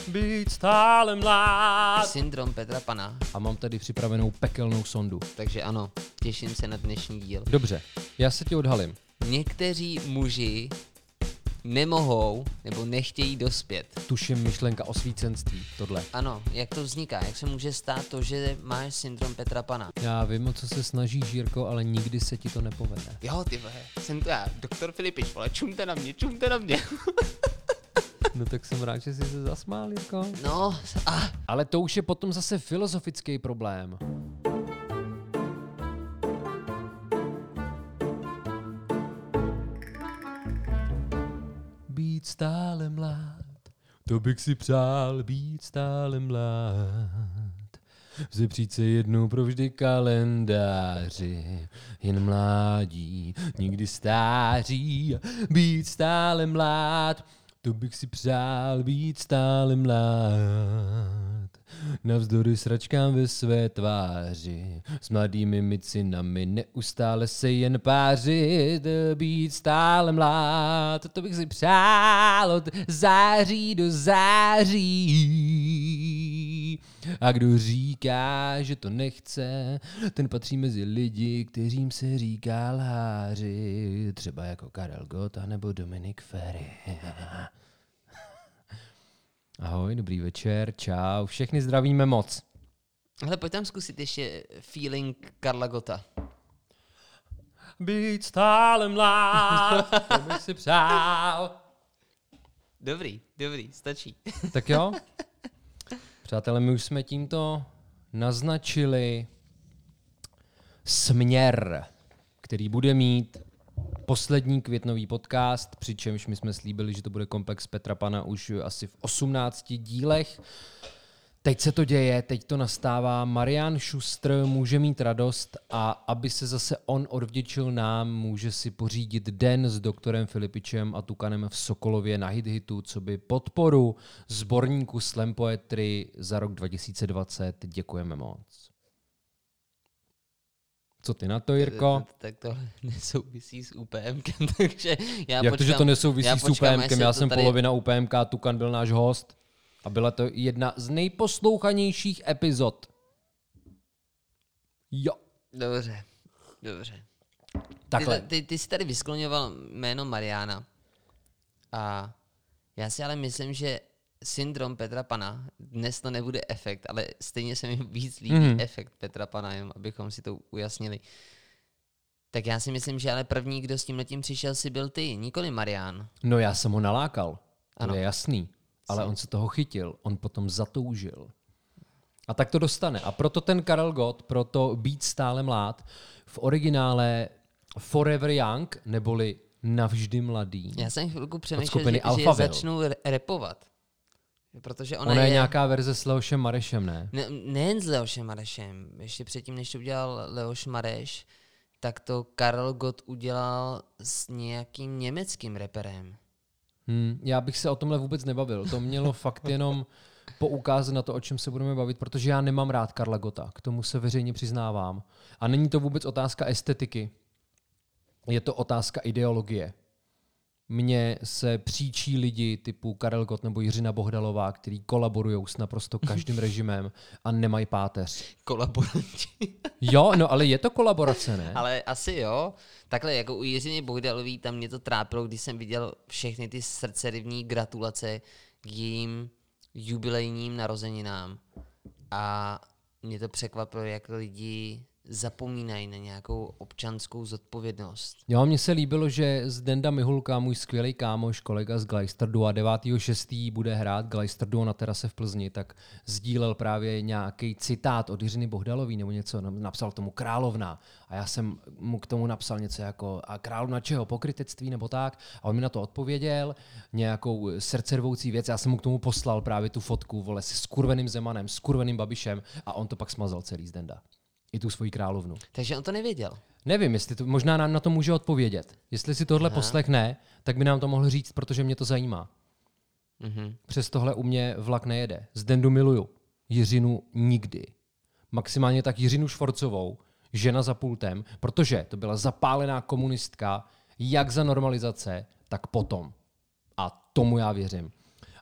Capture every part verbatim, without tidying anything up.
Být stále mlád. Syndrom Petra Pana. A mám tady připravenou pekelnou sondu. Takže ano, těším se na dnešní díl. Dobře, já se ti odhalím. Někteří muži nemohou nebo nechtějí dospět. Tuším myšlenka osvícenství, tohle. Ano, jak to vzniká? Jak se může stát to, že máš syndrom Petra Pana? Já vím, o co se snažíš, Jirko, ale nikdy se ti to nepovede. Jo, ty vole, jsem to já, doktor Filipič, vole, čumte na mě, čumte na mě. No tak jsem rád, že jsi se zasmál, Jirko. No, a... Ale to už je potom zase filozofický problém. Být stále mlád, to bych si přál, být stále mlád. Vzepřít se jednou provždy kalendáři, jen mládí, nikdy stáří, být stále mlád. To bych si přál, být stále mlád. Navzdory sračkám ve své tváři, s mladými micinami neustále se jen pářit. Být stále mlád, to bych si přál od září do září. A kdo říká, že to nechce, ten patří mezi lidi, kterým se říká lháři. Třeba jako Karel Gott nebo Dominik Ferry. Ahoj, dobrý večer, čau, všechny zdravíme moc. Hele, pojď tam zkusit ještě feeling Karla Gotta. Být stále mlád, to bych si přál. Dobrý, dobrý, stačí. Tak jo, přátelé, my už jsme tímto naznačili směr, který bude mít poslední květnový podcast, přičemž my jsme slíbili, že to bude komplex Petra Pana už asi v osmnácti dílech. Teď se to děje, teď to nastává. Marián Šustr může mít radost a aby se zase on odvděčil nám, může si pořídit den s doktorem Filipičem a Tukanem v Sokolově na Hit Hitu, co by podporu sborníku Slam Poetry za rok dva tisíce dvacet. Děkujeme moc. Co ty na to, Jirko? Tak to nesouvisí s UPMkem, takže já Jak počkám, to, že to nesouvisí já s počkám, UPMkem? Já jsem tady... polovina UPMK, Tukan byl náš host a byla to jedna z nejposlouchanějších epizod. Jo. Dobře, dobře. Takhle. Ty, ty, ty jsi tady vyskloňoval jméno Mariána a já si ale myslím, že syndrom Petra Pana, dnes to nebude efekt, ale stejně se mi víc líbí mm. efekt Petra Pana, jenom abychom si to ujasnili. Tak já si myslím, že ale první, kdo s tímhletím přišel, si byl ty, nikoli Marián. No já jsem ho nalákal, ano. To je jasný, ale Jsi. on se toho chytil, on potom zatoužil. A tak to dostane. A proto ten Karel Gott, proto Být stále mlád, v originále Forever Young, neboli Navždy mladý. Já jsem chvilku přemýšlel, že, že začnu repovat. Protože ona, ona je, je nějaká verze s Leošem Marešem, ne? ne? Nejen s Leošem Marešem. Ještě předtím, než to udělal Leoš Mareš, tak to Karel Gott udělal s nějakým německým reperem. Hmm, já bych se o tomhle vůbec nebavil. To mělo fakt jenom poukázat na to, o čem se budeme bavit, protože já nemám rád Karla Gotta. K tomu se veřejně přiznávám. A není to vůbec otázka estetiky. Je to otázka ideologie. Mně se příčí lidi typu Karel Gott nebo Jiřina Bohdalová, který kolaborují s naprosto každým režimem a nemají páteř. Kolaboranti. Jo, no ale je to kolaborace, ne? Ale asi jo. Takhle jako u Jiřiny Bohdalový tam mě to trápilo, když jsem viděl všechny ty srdcerivní gratulace k jejím jubilejním narozeninám. A mě to překvapilo, jak lidi zapomínají na nějakou občanskou zodpovědnost. Jo, mně se líbilo, že Zdenda Mihulka, můj skvělý kámoš, kolega z Gleisterdu a devátého šestého bude hrát Gleisterdu na terase v Plzni, tak sdílel právě nějaký citát od Jiřiny Bohdalový nebo něco, napsal tomu královna a já jsem mu k tomu napsal něco jako a královna čeho, pokrytectví nebo tak a on mi na to odpověděl, nějakou srdcervoucí věc, já jsem mu k tomu poslal právě tu fotku, vole, s skurveným Zemanem, s skurveným Babišem a on to pak smazal celý Zdenda. I tu svoji královnu. Takže on to nevěděl. Nevím, jestli to, možná nám na to může odpovědět. Jestli si tohle Aha. poslechne, tak by nám to mohl říct, protože mě to zajímá. Mhm. Přes tohle u mě vlak nejede. Zdendu miluju. Jiřinu nikdy. Maximálně tak Jiřinu Švorcovou, žena za pultem, protože to byla zapálená komunistka, jak za normalizace, tak potom. A tomu já věřím.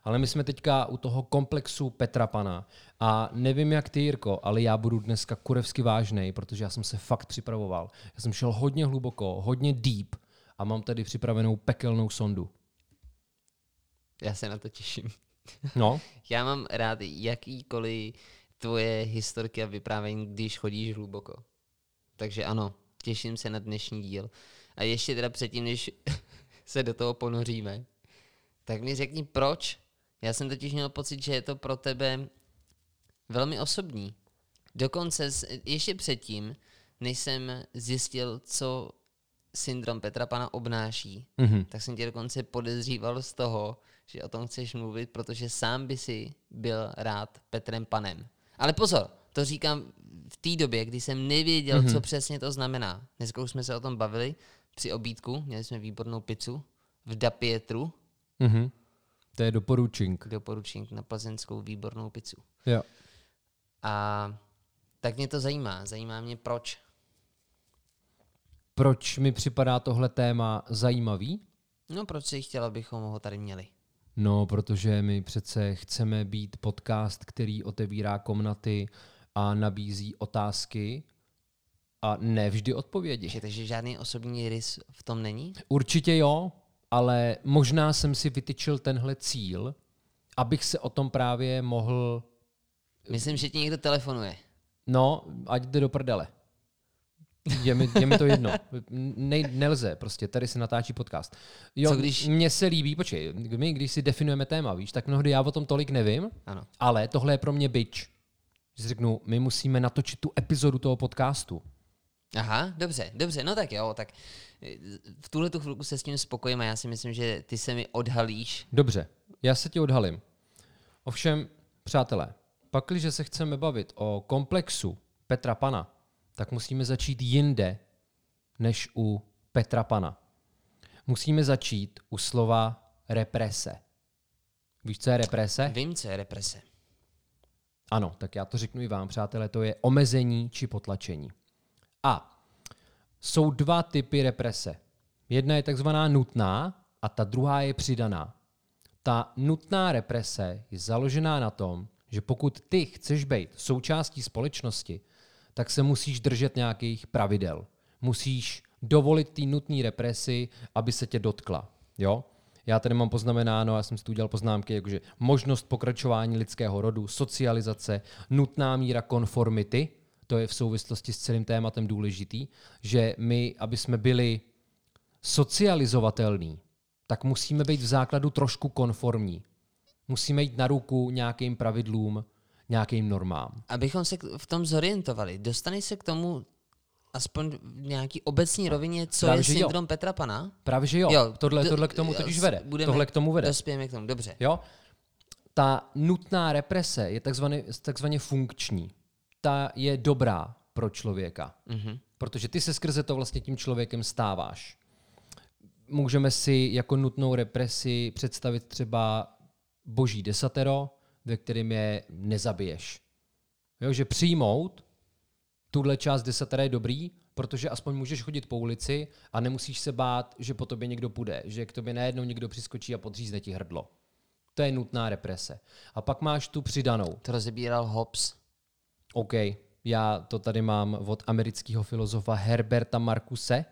Ale my jsme teďka u toho komplexu Petra Pana a nevím jak ty, Jirko, ale já budu dneska kurevsky vážnej, protože já jsem se fakt připravoval. Já jsem šel hodně hluboko, hodně deep a mám tady připravenou pekelnou sondu. Já se na to těším. No. Já mám rád jakýkoliv tvoje historky a vyprávění, když chodíš hluboko. Takže ano, těším se na dnešní díl. A ještě teda předtím, než se do toho ponoříme, tak mi řekni proč. Já jsem totiž měl pocit, že je to pro tebe velmi osobní. Dokonce ještě předtím, než jsem zjistil, co syndrom Petra Pana obnáší, mm-hmm. tak jsem tě dokonce podezříval z toho, že o tom chceš mluvit, protože sám by si byl rád Petrem Panem. Ale pozor, to říkám v té době, kdy jsem nevěděl, mm-hmm. co přesně to znamená. Dneska už jsme se o tom bavili při obídku, měli jsme výbornou pizzu v Da Pietru. Mm-hmm. To je doporučink. Doporučink na plzeňskou výbornou pizzu. Jo. A tak mě to zajímá. Zajímá mě proč. Proč mi připadá tohle téma zajímavý? No, proč si chtěla, abychom ho tady měli? No, protože my přece chceme být podcast, který otevírá komnaty a nabízí otázky a ne vždy odpovědi. Že, takže žádný osobní rys v tom není? Určitě jo, ale možná jsem si vytyčil tenhle cíl, abych se o tom právě mohl... Myslím, že ti někdo telefonuje. No, ať jde do prdele. Je mi, je mi to jedno. Ne, nelze, prostě, tady se natáčí podcast. Jo, co když... Mně se líbí, počkej, my když si definujeme téma, víš, tak mnohdy já o tom tolik nevím, ano. Ale tohle je pro mě bič. Že si řeknu, my musíme natočit tu epizodu toho podcastu. Aha, dobře, dobře, no tak jo, tak v tuhle tu chvilku se s tím spokojím a já si myslím, že ty se mi odhalíš. Dobře, já se ti odhalím. Ovšem, přátelé, pakliže se chceme bavit o komplexu Petra Pana, tak musíme začít jinde, než u Petra Pana. Musíme začít u slova represe. Víš, co je represe? Vím, co je represe. Ano, tak já to řeknu i vám, přátelé, to je omezení či potlačení. A jsou dva typy represe. Jedna je takzvaná nutná a ta druhá je přidaná. Ta nutná represe je založená na tom, že pokud ty chceš být součástí společnosti, tak se musíš držet nějakých pravidel. Musíš dovolit té nutné represi, aby se tě dotkla. Jo? Já tady mám poznamenáno, já jsem si tu udělal poznámky, jakože možnost pokračování lidského rodu, socializace, nutná míra konformity, to je v souvislosti s celým tématem důležitý, že my, aby jsme byli socializovatelní, tak musíme být v základu trošku konformní. Musíme jít na ruku nějakým pravidlům, nějakým normám. Abychom se v tom zorientovali, dostaneš se k tomu aspoň v nějaký obecní rovině, co Právě, je syndrom jo. Petra Pana? Právě, že jo. jo tohle, tohle k tomu totiž vede. Budeme, tohle k tomu vede. Dospějeme k tomu, dobře. Jo? Ta nutná represe je takzvaně, takzvaně funkční. Ta je dobrá pro člověka. Mm-hmm. Protože ty se skrze to vlastně tím člověkem stáváš. Můžeme si jako nutnou represi představit třeba boží desatero, ve kterém je nezabiješ. Jo, že přijmout tuhle část desatera je dobrý, protože aspoň můžeš chodit po ulici a nemusíš se bát, že po tobě někdo půjde, že k tobě najednou někdo přiskočí a podřízne ti hrdlo. To je nutná represe. A pak máš tu přidanou. To rozebíral Hobbes. OK, já to tady mám od amerického filozofa Herberta Marcuse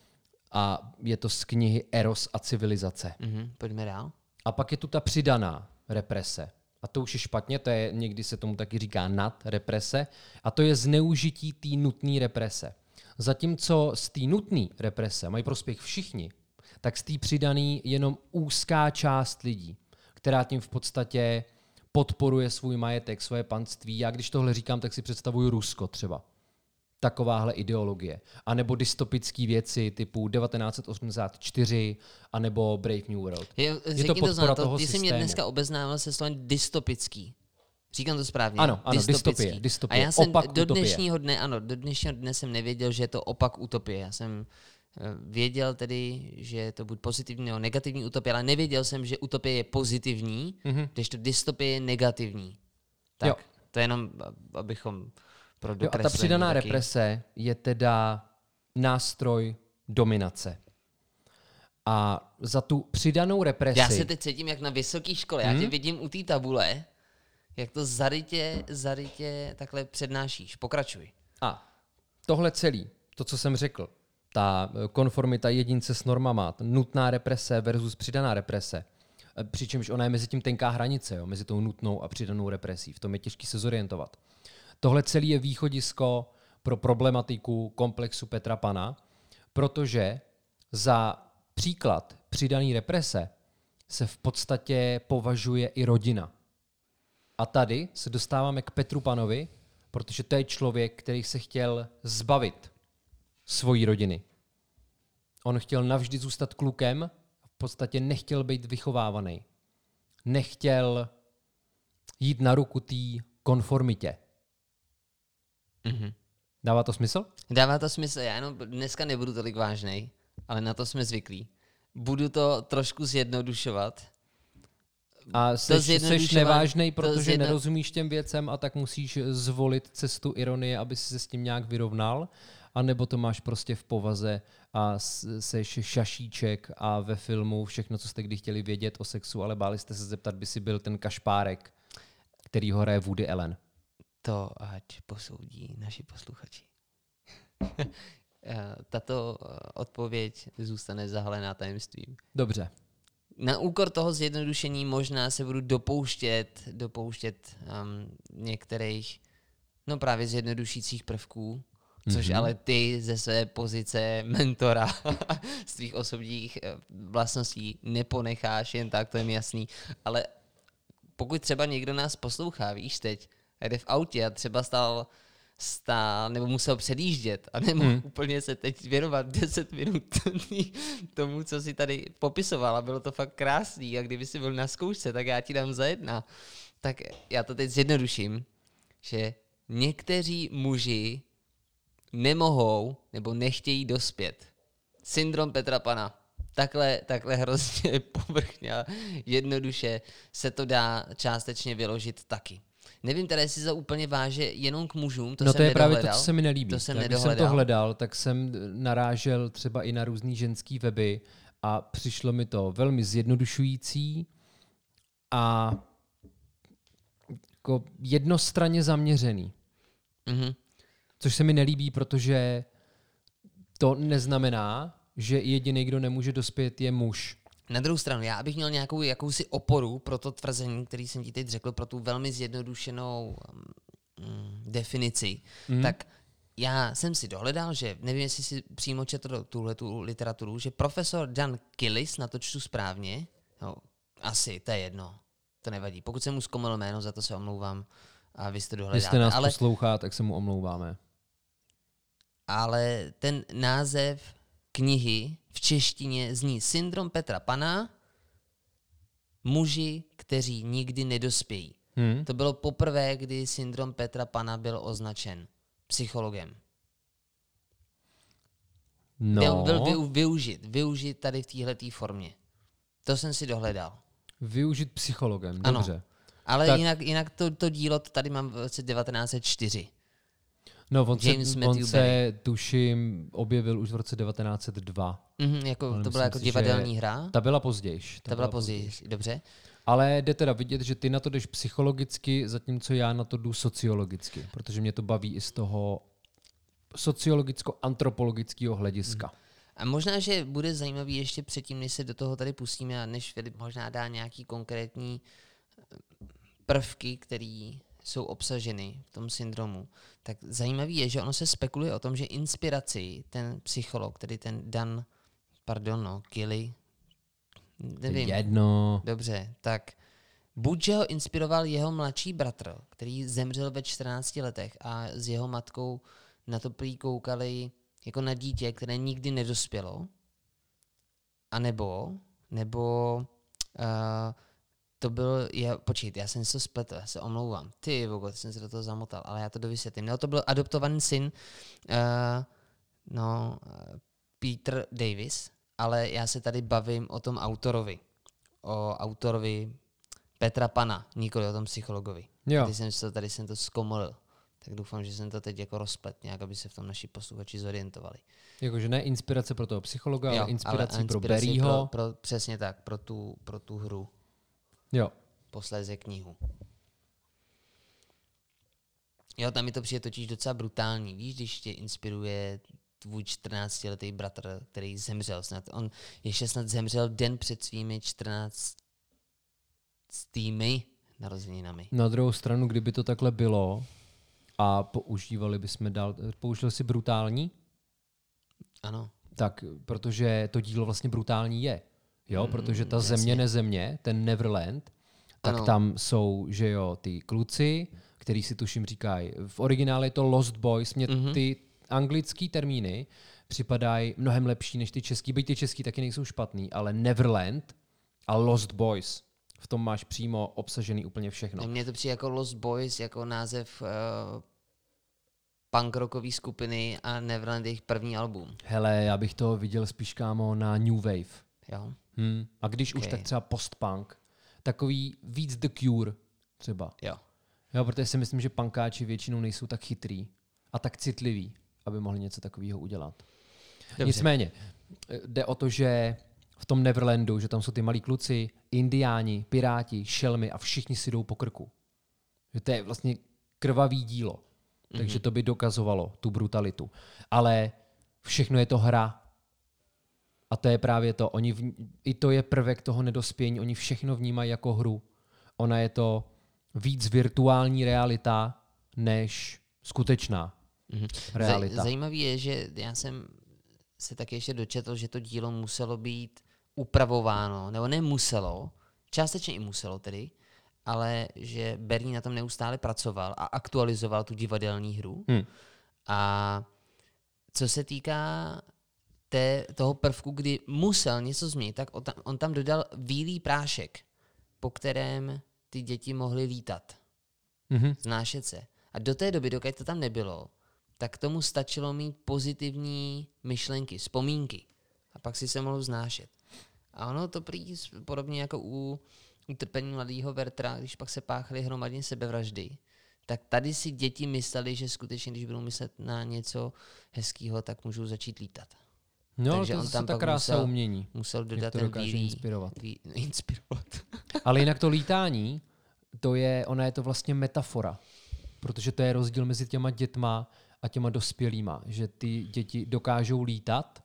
a je to z knihy Eros a civilizace. Mm-hmm, pojďme dál. A pak je tu ta přidaná represe. A to už je špatně, to je, někdy se tomu taky říká nadreprese, a to je zneužití té nutné represe. Zatímco z té nutné represe mají prospěch všichni, tak z té přidaný jenom úzká část lidí, která tím v podstatě podporuje svůj majetek, svoje panství. Já když tohle říkám, tak si představuju Rusko třeba. Takováhle ideologie. A nebo dystopické věci typu devatenáct osmdesát čtyři, anebo Brave New World. Je, je to podpora to, toho ty systému. Ty jsi mě dneska obeznámil se slovem dystopický. Říkám to správně. Ano, ano, dystopie, dystopie. A já jsem opak do utopie. dnešního dne, ano, do dnešního dne jsem nevěděl, že je to opak utopie. Já jsem věděl tedy, že je to buď pozitivní nebo negativní utopie, ale nevěděl jsem, že utopie je pozitivní, mm-hmm. kdežto dystopie je negativní. Tak, jo. To je jenom, abychom pro jo, a ta přidaná represe je teda nástroj dominace. A za tu přidanou represi... Já se teď cítím jak na vysoké škole. Já Hmm? tě vidím u té tabule, jak to zarytě, zarytě takhle přednášíš. Pokračuj. A tohle celý, to, co jsem řekl, ta konformita jedince s normama, nutná represe versus přidaná represe, přičemž ona je mezi tím tenká hranice, jo, mezi tou nutnou a přidanou represí. V tom je těžký se zorientovat. Tohle celý je východisko pro problematiku komplexu Petra Pana, protože za příklad přidaný represe se v podstatě považuje i rodina. A tady se dostáváme k Petru Panovi, protože to je člověk, který se chtěl zbavit svojí rodiny. On chtěl navždy zůstat klukem, v podstatě nechtěl být vychovávaný. Nechtěl jít na ruku té konformitě. Mhm. Dává to smysl? Dává to smysl. Já jenom dneska nebudu tolik vážnej, ale na to jsme zvyklí. Budu to trošku zjednodušovat. A seš, seš nevážnej, protože zjedno... nerozumíš těm věcem a tak musíš zvolit cestu ironie, aby si se s tím nějak vyrovnal, anebo to máš prostě v povaze a seš šašíček a ve filmu všechno, co jste kdy chtěli vědět o sexu, ale báli jste se zeptat, by si byl ten kašpárek, který ho hraje Woody Allen. To ať posoudí naši posluchači. Tato odpověď zůstane zahalená tajemstvím. Dobře. Na úkor toho zjednodušení možná se budu dopouštět, dopouštět um, některých, no právě zjednodušujících prvků, což mm-hmm. ale ty ze své pozice mentora z tvých osobních vlastností neponecháš jen tak, to je mi jasný. Ale pokud třeba někdo nás poslouchá, víš teď, jde v autě a třeba stál, stál nebo musel předjíždět a nemohl hmm. úplně se teď věnovat deset minut tomu, co si tady popisoval a bylo to fakt krásný a kdyby si byl na zkoušce, tak já ti dám za jedna. Tak já to teď zjednoduším, že někteří muži nemohou nebo nechtějí dospět. Syndrom Petra Pana. Takhle, takhle hrozně povrchně a jednoduše se to dá částečně vyložit taky. Nevím teda, jestli to úplně váže jenom k mužům, to no jsem to je nedohledal. právě to, co se mi nelíbí. To jsem tak, když jsem to hledal, tak jsem narážel třeba i na různý ženský weby a přišlo mi to velmi zjednodušující a jako jednostranně zaměřený. Mm-hmm. Což se mi nelíbí, protože to neznamená, že jediný, kdo nemůže dospět, je muž. Na druhou stranu, já bych měl nějakou jakousi oporu pro to tvrzení, který jsem ti teď řekl, pro tu velmi zjednodušenou um, definici, mm. tak já jsem si dohledal, že, nevím, jestli si přímo četl tuhletu literaturu, že profesor Dan Killis, na to čtu správně, no, asi, to je jedno, to nevadí. Pokud jsem mu zkomolil jméno, za to se omlouvám a vy jste dohledáte. Jestli nás ale, poslouchá, tak se mu omlouváme. Ale ten název knihy v češtině zní Syndrom Petra Pana, muži, kteří nikdy nedospějí. Hmm. To bylo poprvé, kdy syndrom Petra Pana byl označen psychologem. No. Byl, byl vy, využit, využit tady v téhletý formě. To jsem si dohledal. Využit psychologem, ano. Dobře. Ale tak. jinak, jinak to, to dílo to tady mám v roce devatenáct set čtyři. No, on James se, on se, tuším, objevil už v roce devatenáct set dva. Mm-hmm, jako, to byla jako si, divadelní hra? Ta byla pozdější. Ta, ta byla později, dobře. Ale jde teda vidět, že ty na to jdeš psychologicky, zatímco já na to jdu sociologicky, protože mě to baví i z toho sociologicko-antropologického hlediska. Mm. A možná, že bude zajímavý ještě předtím, než se do toho tady pustíme a než Filip možná dá nějaký konkrétní prvky, které jsou obsaženy v tom syndromu, tak zajímavý je, že ono se spekuluje o tom, že inspiraci ten psycholog, tedy ten Dan, pardon, no, Killy, nevím. Jedno. Dobře, tak buď, že ho inspiroval jeho mladší bratr, který zemřel ve čtrnácti letech a s jeho matkou na to prý koukali jako na dítě, které nikdy nedospělo, a nebo, nebo uh, to byl, já, počkejte, já jsem se to spletl, já se omlouvám. Ty vogo, jsem se do toho zamotal, ale já to dovysvětlím. No, to byl adoptovaný syn, uh, no, Peter Davis, ale já se tady bavím o tom autorovi. O autorovi Petra Pana, nikoli o tom psychologovi. Jo. Tady jsem to, tady jsem to zkomolil. Tak doufám, že jsem to teď jako rozplet nějak, aby se v tom naši posluchači zorientovali. Jakože ne inspirace pro toho psychologa, jo, ale inspiraci ale pro inspiraci Barryho. Pro, pro, přesně tak, pro tu, pro tu hru. Jo. Posléze knihu. Jo, tam mi to přijde totiž docela brutální. Víš, když tě inspiruje tvůj čtrnáctiletý bratr, který zemřel snad. On ještě snad zemřel den před svými čtrnáctými narozeninami. Na druhou stranu, kdyby to takhle bylo a používali bychom dál, použili si brutální? Ano. Tak, protože to dílo vlastně brutální je. Jo, Mm, protože ta jasně. země nezemě, ten Neverland, tak Ano. tam jsou, že jo, ty kluci, který si tuším říkají, v originále je to Lost Boys, mě Mhm. ty anglický termíny připadají mnohem lepší než ty český, byť ty český taky nejsou špatný, ale Neverland a Lost Boys, v tom máš přímo obsažený úplně všechno. No. Mně to přijde jako Lost Boys, jako název uh, punk rockové skupiny a Neverland jejich první album. Hele, já bych to viděl spíš, kámo, na New Wave. Jo? Hmm. A když už, Ok. tak třeba post-punk. Takový víc The Cure třeba. Jo. Jo, protože si myslím, že punkáči většinou nejsou tak chytrý a tak citliví, aby mohli něco takového udělat. Dobře. Nicméně, jde o to, že v tom Neverlandu, že tam jsou ty malí kluci, indiáni, piráti, šelmy a všichni si jdou po krku. Že to je vlastně krvavý dílo. Mm-hmm. Takže to by dokazovalo tu brutalitu. Ale všechno je to hra. A to je právě to. Oni v, i to je prvek toho nedospění. Oni všechno vnímají jako hru. Ona je to víc virtuální realita, než skutečná Mhm. realita. Zaj- zajímavý je, že já jsem se taky ještě dočetl, že to dílo muselo být upravováno, nebo nemuselo, částečně i muselo tedy, ale že Bernie na tom neustále pracoval a aktualizoval tu divadelní hru. Hmm. A co se týká té, toho prvku, kdy musel něco změnit, tak on tam, on tam dodal bílý prášek, po kterém ty děti mohly lítat, Mhm. znášet se. A do té doby, dokud to tam nebylo, tak tomu stačilo mít pozitivní myšlenky, vzpomínky. A pak si se mohl znášet. A ono to prý s- podobně jako u utrpení mladého Vertra, když pak se páchaly hromadně sebevraždy, tak tady si děti mysleli, že skutečně, když budou myslet na něco hezkého, tak můžou začít lítat. No, ale Takže to on je tam ta pak krása musel- umění. Musel Jak dodat to ten dokáže bílý... inspirovat. Bí, inspirovat. Ale jinak to lítání, to je, ona je to vlastně metafora. Protože to je rozdíl mezi těma dětma a těma dospělýma. Že ty děti dokážou lítat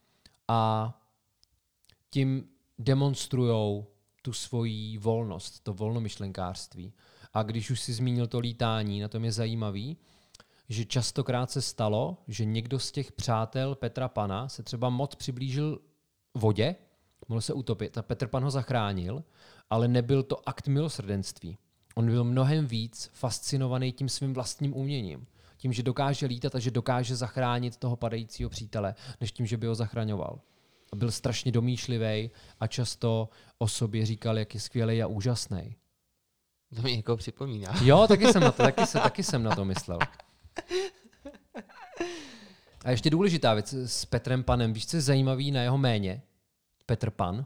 a tím demonstrujou tu svoji volnost, to volnomyšlenkářství. A když už si zmínil to lítání, na tom je zajímavý, že častokrát se stalo, že někdo z těch přátel Petra Pana se třeba moc přiblížil vodě, mohl se utopit a Petr Pan ho zachránil, ale nebyl to akt milosrdenství. On byl mnohem víc fascinovaný tím svým vlastním uměním. Tím, že dokáže lítat a že dokáže zachránit toho padajícího přítele, než tím, že by ho zachraňoval. A byl strašně domýšlivý a často o sobě říkal, jak je skvělý a úžasný. To mi jako připomíná. Jo, taky jsem na to, taky, se, taky jsem na to myslel. A ještě důležitá věc s Petrem Panem. Víš, co je zajímavý na jeho jméně? Petr Pan.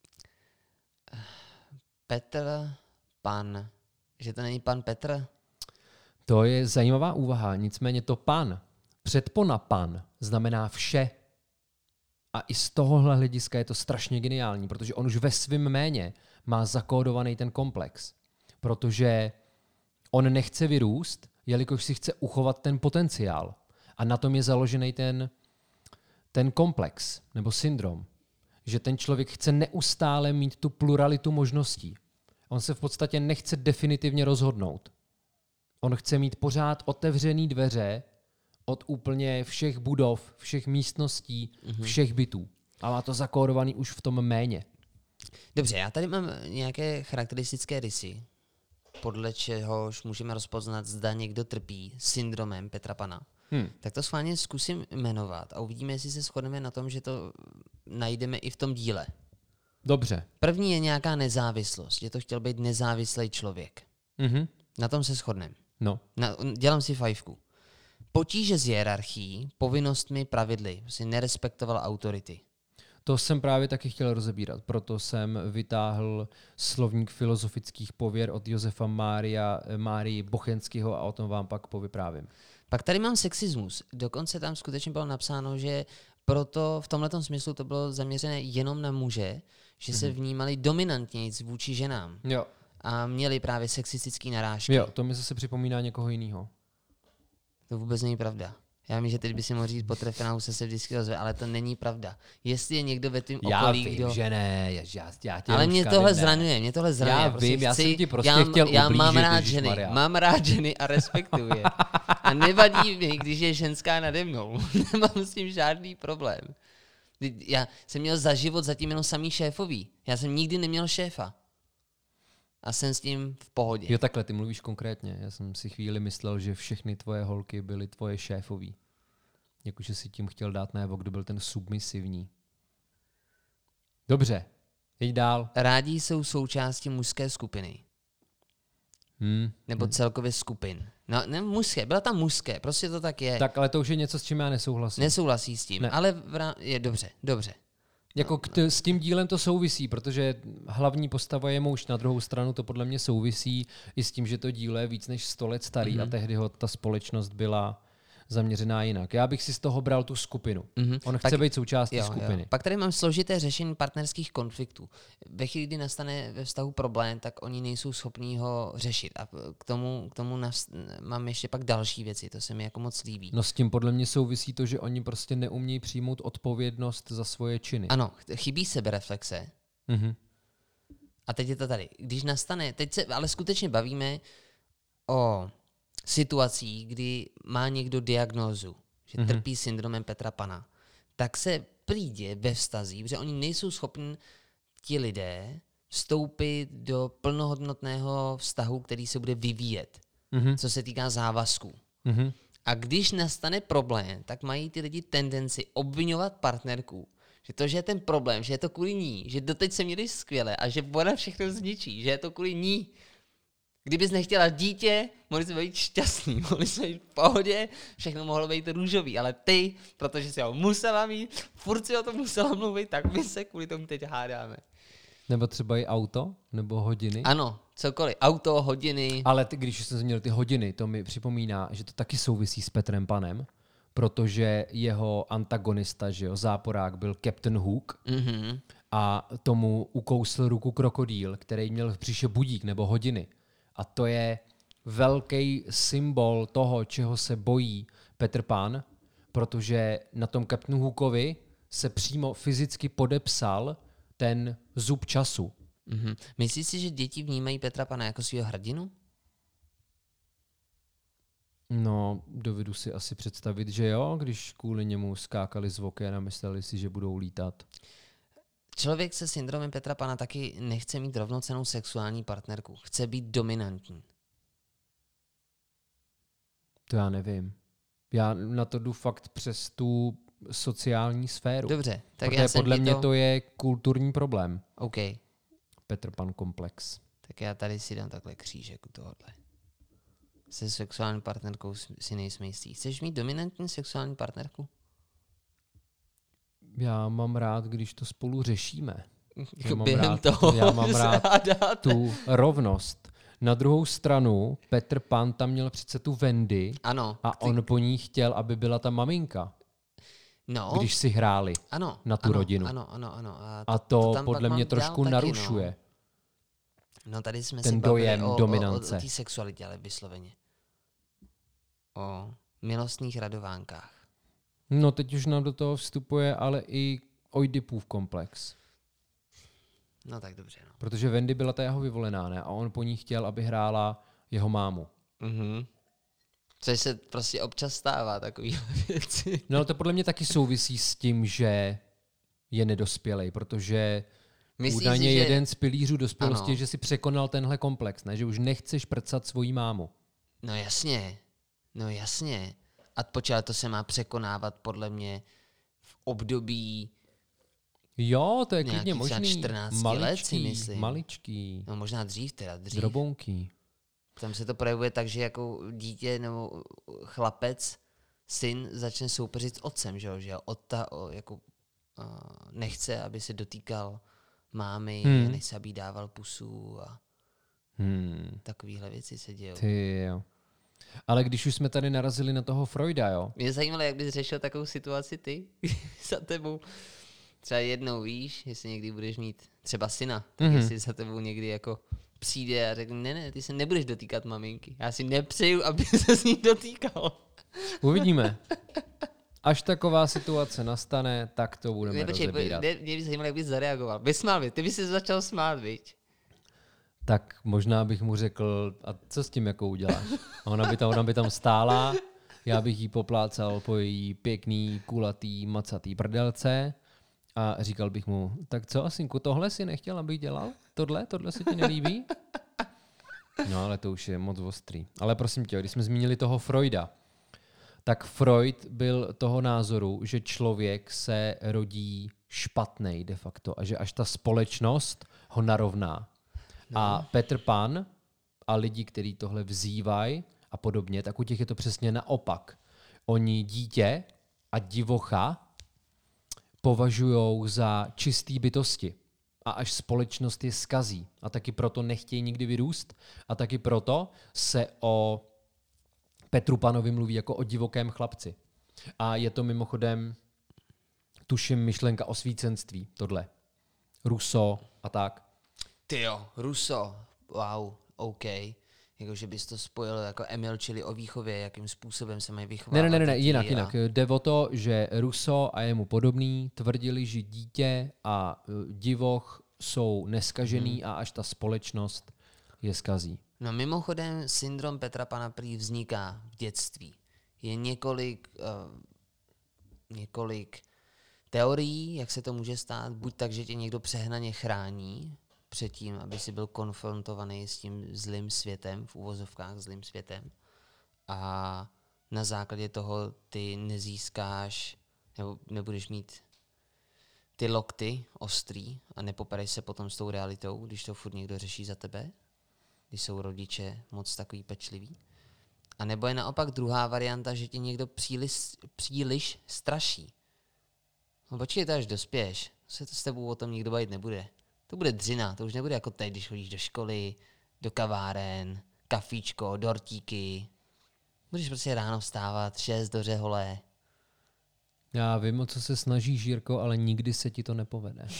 Petr Pan. Že to není pan Petr? To je zajímavá úvaha, nicméně to pan, předpona pan, znamená vše. A i z tohohle hlediska je to strašně geniální, protože on už ve svém jméně má zakódovaný ten komplex. Protože on nechce vyrůst, jelikož si chce uchovat ten potenciál. A na tom je založený ten, ten komplex, nebo syndrom. Že ten člověk chce neustále mít tu pluralitu možností. On se v podstatě nechce definitivně rozhodnout. On chce mít pořád otevřený dveře od úplně všech budov, všech místností, mm-hmm. všech bytů. A má to zakódovaný už v tom jméně. Dobře, já tady mám nějaké charakteristické rysy, podle čehož můžeme rozpoznat, zda někdo trpí syndromem Petra Pana. Hmm. Tak to schválně zkusím jmenovat a uvidíme, jestli se shodneme na tom, že to najdeme i v tom díle. Dobře. První je nějaká nezávislost, že to chtěl být nezávislý člověk. Mm-hmm. Na tom se shodneme. No. Na, dělám si fajfku. Potíže s hierarchií, povinnostmi, pravidly. Prostě nerespektoval autority. To jsem právě taky chtěl rozebírat, proto jsem vytáhl slovník filozofických pověr od Josefa Mária, Márii Bochenského a o tom vám pak povyprávím. Pak tady mám sexismus. Dokonce tam skutečně bylo napsáno, že proto v tomhletom smyslu to bylo zaměřené jenom na muže, že se vnímali dominantnějc vůči ženám. Jo. A měli právě sexistický narážky. Jo, to mi zase připomíná někoho jiného. To vůbec není pravda. Já vím, že teď by si mohl říct, potrefená už se vždycky ozve, ale to není pravda. Jestli je někdo ve tvým já okolí, vím, kdo... že ne, já, já tě ale mě tohle ne. zraňuje, mě tohle zraňuje. Já prostě vím, já chci, jsem ti prostě já, chtěl já ublížit, mám rád ženy, Ježišmarja. mám rád ženy a respektuji je. A nevadí mi, když je ženská nade mnou. Nemám s tím žádný problém. Já jsem měl za život zatím jenom samý šéfový. Já jsem nikdy neměl šéfa. A jsem s tím v pohodě. Jo, takhle, ty mluvíš konkrétně. Já jsem si chvíli myslel, že všechny tvoje holky byly tvoje šéfový. Jakože si tím chtěl dát najevo, kdo byl ten submisivní. Dobře, jeď dál. Rádi jsou součástí mužské skupiny. Hmm. Nebo hmm. celkově skupin. No, ne mužské, byla tam mužské, prostě to tak je. Tak, ale to už je něco, s čím já nesouhlasím. Nesouhlasí s tím, Ne. ale vrá... je dobře, dobře. Jako k t- s tím dílem to souvisí, protože hlavní postava je muž, na druhou stranu to podle mě souvisí i s tím, že to dílo je víc než sto let starý mm-hmm. a tehdy ho ta společnost byla zaměřená jinak. Já bych si z toho bral tu skupinu. Mm-hmm. On chce Pak, být součástí jo, skupiny. Jo. Pak tady mám složité řešení partnerských konfliktů. Ve chvíli, kdy nastane ve vztahu problém, tak oni nejsou schopní ho řešit. A k tomu, k tomu nast- mám ještě pak další věci, to se mi jako moc líbí. No s tím podle mě souvisí to, že oni prostě neumějí přijmout odpovědnost za svoje činy. Ano, chybí sebereflexe. Mm-hmm. A teď je to tady. Když nastane, teď se ale skutečně bavíme o situací, kdy má někdo diagnózu, že mm-hmm. trpí syndromem Petra Pana, tak se přijde ve vztazích, protože oni nejsou schopni ti lidé vstoupit do plnohodnotného vztahu, který se bude vyvíjet, Mm-hmm. co se týká závazků. Mm-hmm. A když nastane problém, tak mají ty lidi tendenci obvinovat partnerku, že to, že je ten problém, že je to kvůli ní, že doteď se měli skvěle a že ona všechno zničí, že je to kvůli ní. Kdybys nechtěla dítě, mohli jsme být šťastný, mohli jsme být v pohodě, všechno mohlo být růžový, ale ty, protože si ho musela mít, furt si o tom musela mluvit, tak my se kvůli tomu teď hádáme. Nebo třeba i auto, nebo hodiny. Ano, cokoliv, auto, hodiny. Ale ty, když jsem zmínil ty hodiny, to mi připomíná, že to taky souvisí s Petrem Panem, protože jeho antagonista, že jo, záporák byl Captain Hook Mhm. a tomu ukousl ruku krokodýl, který měl v břiše budík nebo hodiny. A to je velký symbol toho, čeho se bojí Petr Pan, protože na tom Captain Hookovi se přímo fyzicky podepsal ten zub času. Mhm. Myslíš si, že děti vnímají Petra Pana jako svého hrdinu? No, dovedu si asi představit, že jo, když kvůli němu skákali z oken a mysleli si, že budou lítat. Člověk se syndromem Petra Pana taky nechce mít rovnocennou sexuální partnerku. Chce být dominantní. To já nevím. Já na to jdu fakt přes tu sociální sféru. Dobře, tak Protože já jsem podle ti mě to... to je kulturní problém. OK, Petr Pan komplex. tak já tady si dám takhle křížek u tohohle. Se sexuální partnerkou si nejsme jistý. Chceš mít dominantní sexuální partnerku? Já mám rád, když to spolu řešíme. Já mám Během rád, toho já mám se rád hádáte. tu rovnost. Na druhou stranu, Petr Pan tam měl přece tu Wendy Ano. a on po ní chtěl, aby byla ta maminka, no, když si hráli ano, na tu ano, rodinu. Ano, ano, ano. A to, A to, tam podle pak mě mám trošku dál taky, narušuje. No. no tady jsme ten si bavili dojem o, dominance. o, o, o té sexualitě, ale vysloveně. O milostných radovánkách. No teď už nám do toho vstupuje ale i Oidipův komplex. No tak dobře, no. Protože Wendy byla ta jeho vyvolená, ne? A on po ní chtěl, aby hrála jeho mámu. Mhm. Což se prostě občas stává, takový věci. No ale to podle mě taky souvisí s tím, že je nedospělej, protože Myslíš údajně si, že... jeden z pilířů dospělosti Ano. je, že si překonal tenhle komplex, ne? Že už nechceš prcat svoji mámu. No jasně, no jasně. A počkej, to se má překonávat podle mě v období, Jo, to je Nějaký klidně třeba možný. čtrnáct let si myslím. Maličký, no možná dřív teda, dřív. drobonký. Tam se to projevuje tak, že jako dítě nebo chlapec, syn začne soupeřit s otcem, že jo, že jo, Ota, o, jako nechce, aby se dotýkal mámy, Hmm. nechce, aby jí dával pusu a Hmm. takovéhle věci se dějou. Ty jo. Ale když už jsme tady narazili na toho Freuda, jo? Mě zajímalo, jak bys řešil takovou situaci ty za tebou. Třeba jednou víš, jestli někdy budeš mít třeba syna, tak Mhm. jestli za tebou někdy jako přijde a řekne, ne, ne, ty se nebudeš dotýkat maminky. Já si nepřeju, aby se s ní dotýkal. Uvidíme. Až taková situace nastane, tak to budeme Ne, počkej, rozebírat. ne, mě by zajímalo, jak bys zareagoval. Vysmál by, ty bys se začal smát, viď? Tak možná bych mu řekl, a co s tím jako uděláš? A ona by tam, ona by tam stála, já bych jí poplácal po její pěkný, kulatý, macatý prdelce a říkal bych mu, tak co, synku, tohle si nechtěl, abych dělal? Tohle? Tohle se ti nelíbí? No ale to už je moc ostrý. Ale prosím tě, když jsme zmínili toho Freuda, tak Freud byl toho názoru, že člověk se rodí špatnej de facto a že až ta společnost ho narovná. No. A Petr Pan a lidi, kteří tohle vzývají a podobně, tak u těch je to přesně naopak. Oni dítě a divocha považují za čistý bytosti. A až společnost je skazí. A taky proto nechtějí nikdy vyrůst. A taky proto se o Petru Panovi mluví jako o divokém chlapci. A je to mimochodem, tuším, myšlenka osvícenství, tohle. Rousseau a tak. Ty jo, Rousseau, wow, OK. Jakože bys to spojil jako Emil, čili o výchově, jakým způsobem se mají vychovávat. Ne, ne, ne, ne jinak, a... jinak. Jde o to, že Rousseau a jemu podobný tvrdili, že dítě a divoch jsou neskažený hmm. a až ta společnost je skazí. No mimochodem, syndrom Petra Pana prý vzniká v dětství. Je několik, uh, několik teorií, jak se to může stát. Buď tak, že tě někdo přehnaně chrání před tím, aby si byl konfrontovaný s tím zlým světem, v uvozovkách zlým světem. A na základě toho ty nezískáš, nebo nebudeš mít ty lokty ostrý a nepopereš se potom s tou realitou, když to furt někdo řeší za tebe, když jsou rodiče moc takový pečliví. A nebo je naopak druhá varianta, že tě někdo příliš, příliš straší. No počkej, to až dospěješ, se to s tebou o tom nikdo bavit nebude. To bude dřina, to už nebude jako teď, když chodíš do školy, do kaváren, kafíčko, dortíky. Budeš prostě ráno vstávat, šest do řehole. Já vím, o co se snažíš, Jirko, ale nikdy se ti to nepovede.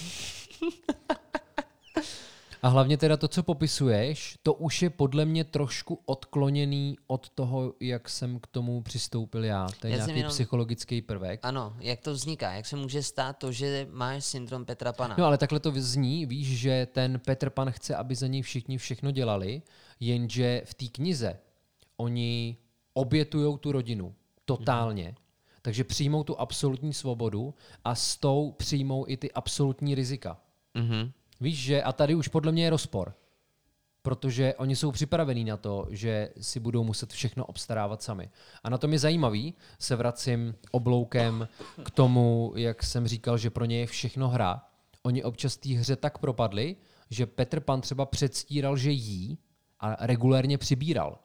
A hlavně teda to, co popisuješ, to už je podle mě trošku odkloněný od toho, jak jsem k tomu přistoupil já. To je Já nějaký jenom... psychologický prvek. Ano, jak to vzniká, jak se může stát to, že máš syndrom Petra Pana. No ale takhle to zní, víš, že ten Petr Pan chce, aby za něj všichni všechno dělali, jenže v té knize oni obětujou tu rodinu totálně. Hmm. Takže přijmou tu absolutní svobodu a s tou přijmou i ty absolutní rizika. Mhm. Víš, že a tady už podle mě je rozpor, protože oni jsou připravení na to, že si budou muset všechno obstarávat sami. A na tom je zajímavý, se vracím obloukem k tomu, jak jsem říkal, že pro ně je všechno hra. Oni občas té hře tak propadli, že Petr Pan třeba předstíral, že jí a regulérně přibíral.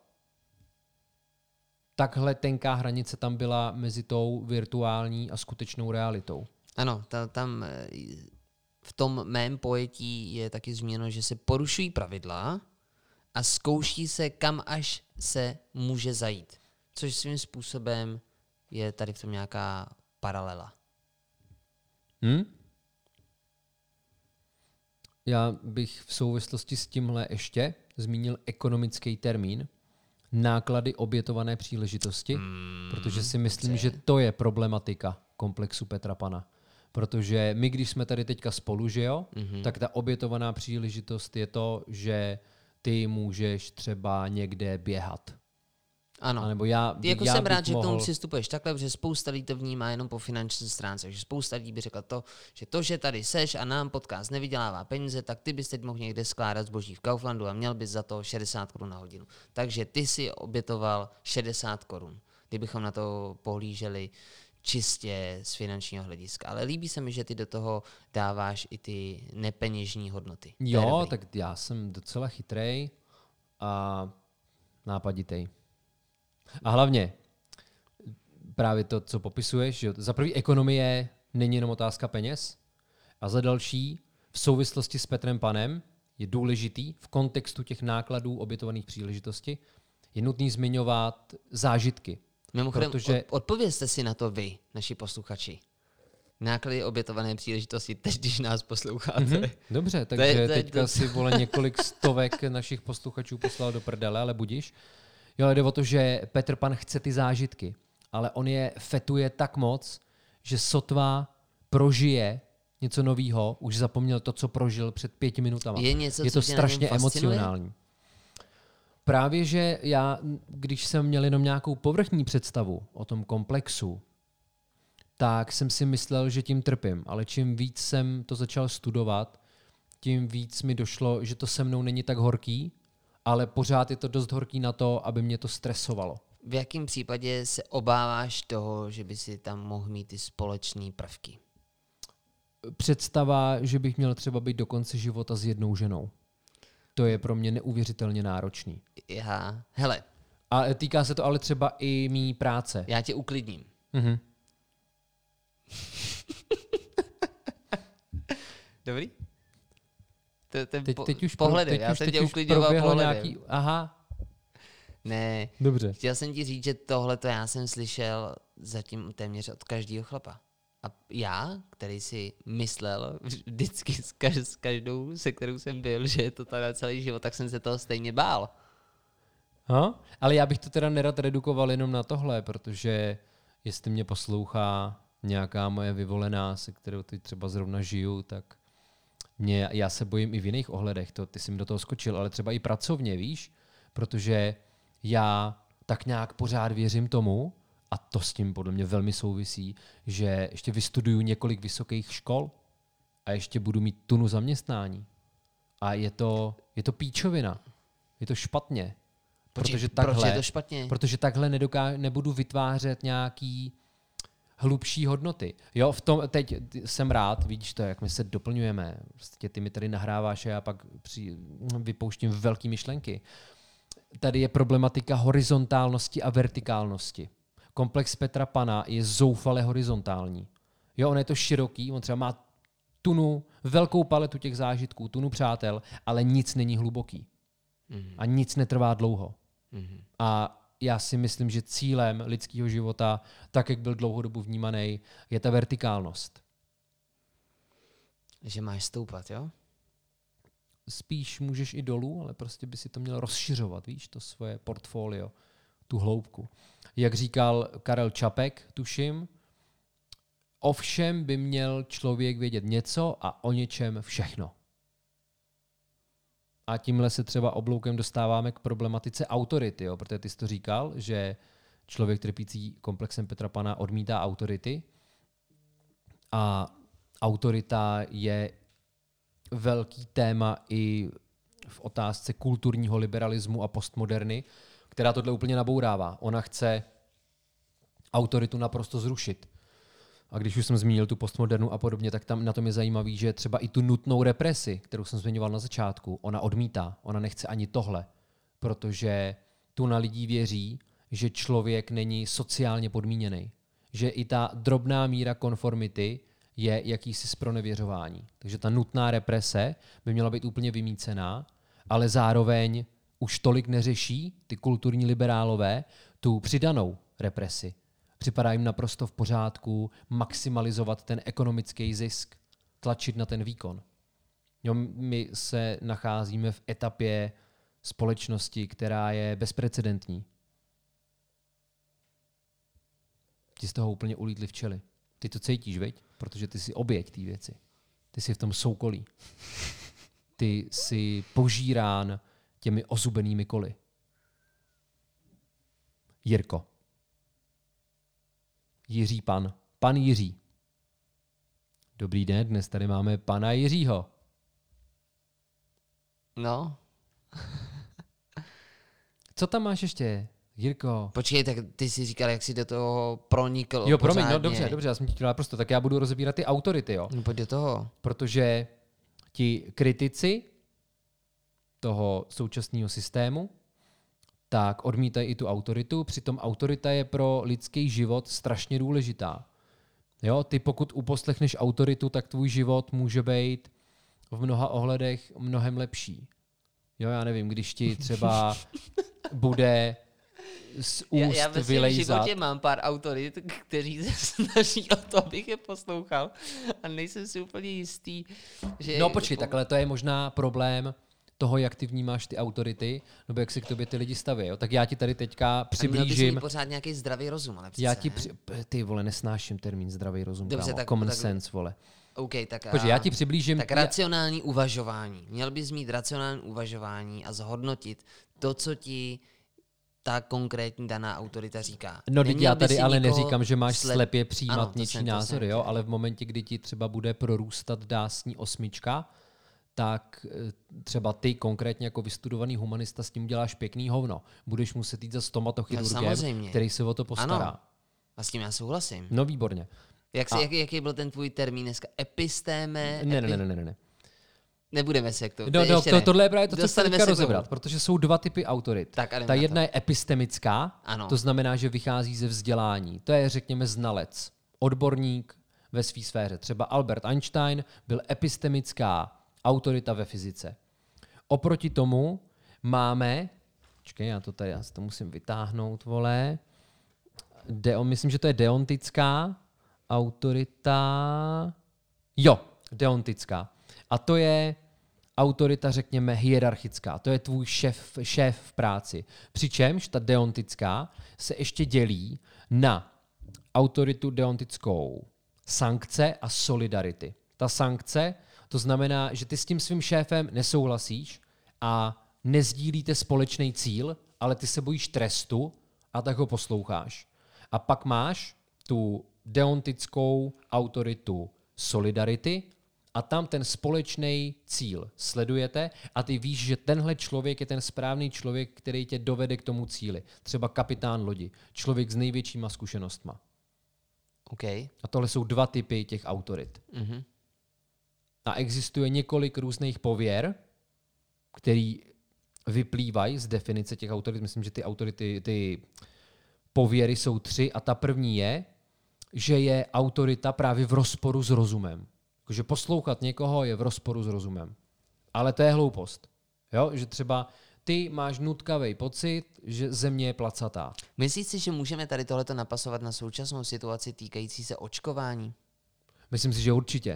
Takhle tenká hranice tam byla mezi tou virtuální a skutečnou realitou. Ano, ta, tam v tom mém pojetí je taky zmíněno, že se porušují pravidla a zkouší se, kam až se může zajít. Což svým způsobem je tady v tom nějaká paralela. Hm? Já bych v souvislosti s tímhle ještě zmínil ekonomický termín. Náklady obětované příležitosti, mm, protože si myslím, dobře. že to je problematika komplexu Petra Pana. Protože my, když jsme tady teďka spolu, že jo, mm-hmm. tak ta obětovaná příležitost je to, že ty můžeš třeba někde běhat. Ano. A nebo já, jako já jsem rád, že mohl... k tomu přistupuješ takhle, protože spousta lidí to vnímá jenom po finanční stránce. Takže spousta lidí by řekla to, že to, že tady seš a nám podcast nevydělává peníze, tak ty bys teď mohl někde skládat zboží v Kauflandu a měl bys za to šedesát korun na hodinu. Takže ty si obětoval šedesát korun, kdybychom na to pohlíželi čistě z finančního hlediska. Ale líbí se mi, že ty do toho dáváš i ty nepeněžní hodnoty. Jo, tak já jsem docela chytrej a nápaditej. A hlavně právě to, co popisuješ, že za prvý ekonomie není jenom otázka peněz. A za další, v souvislosti s Petrem Panem je důležitý v kontextu těch nákladů obětovaných příležitosti, je nutný zmiňovat zážitky. Mimochodem, protože... odpovězte si na to vy, naši posluchači. Náklady obětované příležitosti, teď když nás posloucháte. Mm-hmm. Dobře, takže to je, to je, teďka to... si vole několik stovek našich posluchačů poslal do prdele, ale budiš. Jo, ale jde o to, že Petr Pan chce ty zážitky, ale on je fetuje tak moc, že sotva prožije něco novýho, už zapomněl to, co prožil před pěti minutama. Je něco, je to co strašně emocionální. Právě, že já, když jsem měl jenom nějakou povrchní představu o tom komplexu, tak jsem si myslel, že tím trpím. Ale čím víc jsem to začal studovat, tím víc mi došlo, že to se mnou není tak horký, ale pořád je to dost horký na to, aby mě to stresovalo. V jakém případě se obáváš toho, že by si tam mohl mít ty společné prvky? Představa, že bych měl třeba být do konce života s jednou ženou. To je pro mě neuvěřitelně náročný. Já, hele. A týká se to ale třeba i mý práce. Já tě uklidním. Mhm. Dobrý? To, to teď, po, teď už pohledem, teď já už, jsem teď tě už uklidňoval pohledem. Nějaký, aha. Ne. Dobře. Chtěl jsem ti říct, že tohle to já jsem slyšel zatím téměř od každého chlapa. A já, který si myslel vždycky s, kaž, s každou, se kterou jsem byl, že je to tady celý život, tak jsem se toho stejně bál. Ha? Ale já bych to teda nerad redukoval jenom na tohle, protože jestli mě poslouchá nějaká moje vyvolená, se kterou teď třeba zrovna žiju, tak mě, já se bojím i v jiných ohledech. To, ty jsi mi do toho skočil, ale třeba i pracovně, víš? Protože já tak nějak pořád věřím tomu, a to s tím podle mě velmi souvisí, že ještě vystuduju několik vysokých škol a ještě budu mít tunu zaměstnání. A je to, je to píčovina. Je to špatně. Protože, protože takhle, proč je to špatně? Protože takhle nedoká, nebudu vytvářet nějaký hlubší hodnoty. Jo, v tom teď jsem rád, vidíš to, jak my se doplňujeme. Prostě ty mi tady nahráváš a já pak při, vypouštím velký myšlenky. Tady je problematika horizontálnosti a vertikálnosti. Komplex Petra Pana je zoufale horizontální. Jo, on je to široký, on třeba má tunu, velkou paletu těch zážitků, tunu přátel, ale nic není hluboký. Mm. A nic netrvá dlouho. Mm. A já si myslím, že cílem lidského života, tak jak byl dlouhodobu vnímaný, je ta vertikálnost. Že máš stoupat, jo? Spíš můžeš i dolů, ale prostě by si to měl rozšiřovat, víš, to svoje portfolio, tu hloubku. Jak říkal Karel Čapek, tuším, o všem by měl člověk vědět něco a o něčem všechno. A tímhle se třeba obloukem dostáváme k problematice autority, jo? Protože ty jsi to říkal, že člověk trpící komplexem Petra Pana odmítá autority a autorita je velký téma i v otázce kulturního liberalismu a postmoderny, která tohle úplně nabourává. Ona chce autoritu naprosto zrušit. A když už jsem zmínil tu postmodernu a podobně, tak tam na tom je zajímavý, že třeba i tu nutnou represi, kterou jsem zmiňoval na začátku, ona odmítá. Ona nechce ani tohle, protože tu na lidí věří, že člověk není sociálně podmíněný. Že i ta drobná míra konformity je jakýsi zpronevěřování. Takže ta nutná represe by měla být úplně vymýcená, ale zároveň už tolik neřeší ty kulturní liberálové tu přidanou represi. Připadá jim naprosto v pořádku maximalizovat ten ekonomický zisk, tlačit na ten výkon. Jo, my se nacházíme v etapě společnosti, která je bezprecedentní. Ti z toho úplně ulítli včely. Ty to cítíš, veď? Protože ty jsi oběť té věci. Ty jsi v tom soukolí. Ty jsi požírán těmi ozubenými koly. Jirko. Jiří Pan. Pan Jiří. Dobrý den, dnes tady máme pana Jiřího. No. Co tam máš ještě, Jirko? Počkej, tak ty jsi říkal, jak jsi do toho pronikl. Jo, promiň, no dobře, dobře, já jsem ti chtěla prostě, tak já budu rozebírat ty autority, jo. No pojď do toho. Protože ti kritici toho současného systému tak odmítají i tu autoritu, přitom autorita je pro lidský život strašně důležitá. Jo, ty pokud uposlechneš autoritu, tak tvůj život může být v mnoha ohledech mnohem lepší. Jo, já nevím, když ti třeba bude z úst já, já ve svém vylejzat. životě mám pár autorit, kteří se snaží o to, abych je poslouchal a nejsem si úplně jistý, že... No počkej, takhle to je možná problém toho, jak ty vnímáš ty autority, nebo jak se k tobě ty lidi staví. Jo? Tak já ti tady teďka přiblížím... A měl bys mít pořád nějaký zdravý rozum, ale přece, Já ti ne? při... Ty vole, nesnáším termín zdravý rozum, Dobře, kámo. tak- Common tak- sense, vole. OK, tak... Počkej, a- já ti přiblížím... Tak racionální uvažování. Měl bys mít racionální uvažování a zhodnotit to, co ti ta konkrétní daná autorita říká. No, teď Neměl já by tady si ale nikoho neříkám, že máš slep- slepě přijímat Ano, to něčí jsem- to jsem názory, jo, chtěl. ale v momentě, kdy ti třeba bude prorůstat dásní osmička, tak eh, třeba ty konkrétně jako vystudovaný humanista s tím uděláš pěkný hovno. Budeš muset jít za No, stomatochirurgem, samozřejmě. který se o to postará. Ano. A s tím já souhlasím. No výborně. Jak se, A- jak, jaký byl ten tvůj termín dneska? Epistéme? Ne, epi... ne, ne, ne, ne, ne. Nebudeme se k tomu. No, no, ještě to, ne. tohle je právě to, co chci Dostaneme teďka se k tomu. rozebrat, protože jsou dva typy autorit. Tak, a jdeme Ta na jedna to. je epistemická, Ano. to znamená, že vychází ze vzdělání. To je, řekněme, znalec, odborník ve své sféře. Třeba Albert Einstein byl epistemická autorita ve fyzice. Oproti tomu máme, počkej, já to tady, já si to musím vytáhnout, vole, Deon, myslím, že to je deontická autorita, jo, deontická. A to je autorita, řekněme, hierarchická. To je tvůj šéf, šéf v práci. Přičemž ta deontická se ještě dělí na autoritu deontickou sankce a solidarity. Ta sankce, to znamená, že ty s tím svým šéfem nesouhlasíš a nezdílíte společný cíl, ale ty se bojíš trestu a tak ho posloucháš. A pak máš tu deontickou autoritu solidarity a tam ten společný cíl sledujete a ty víš, že tenhle člověk je ten správný člověk, který tě dovede k tomu cíli. Třeba kapitán lodi, člověk s největšíma zkušenostma. OK. A tohle jsou dva typy těch autorit. Mhm. A existuje několik různých pověr, který vyplývají z definice těch autorit. Myslím, že ty autority, ty pověry jsou tři a ta první je, že je autorita právě v rozporu s rozumem. Takže poslouchat někoho je v rozporu s rozumem. Ale to je hloupost. Jo? Že třeba ty máš nutkavý pocit, že země je placatá. Myslíš si, že můžeme tady tohleto napasovat na současnou situaci týkající se očkování? Myslím si, že určitě.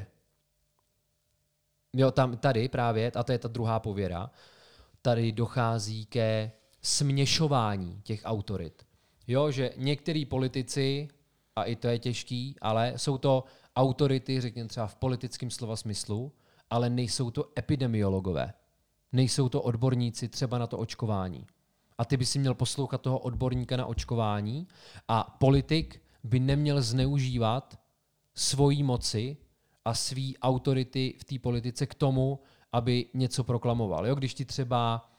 Jo, tam, tady právě, a to je ta druhá pověra, tady dochází ke směšování těch autorit. Jo, že některý politici, a i to je těžký, ale jsou to autority, řekněme třeba v politickém slova smyslu, ale nejsou to epidemiologové. Nejsou to odborníci třeba na to očkování. A ty by si měl poslouchat toho odborníka na očkování a politik by neměl zneužívat svojí moci a svý autority v té politice k tomu, aby něco proklamoval. Jo? Když ti třeba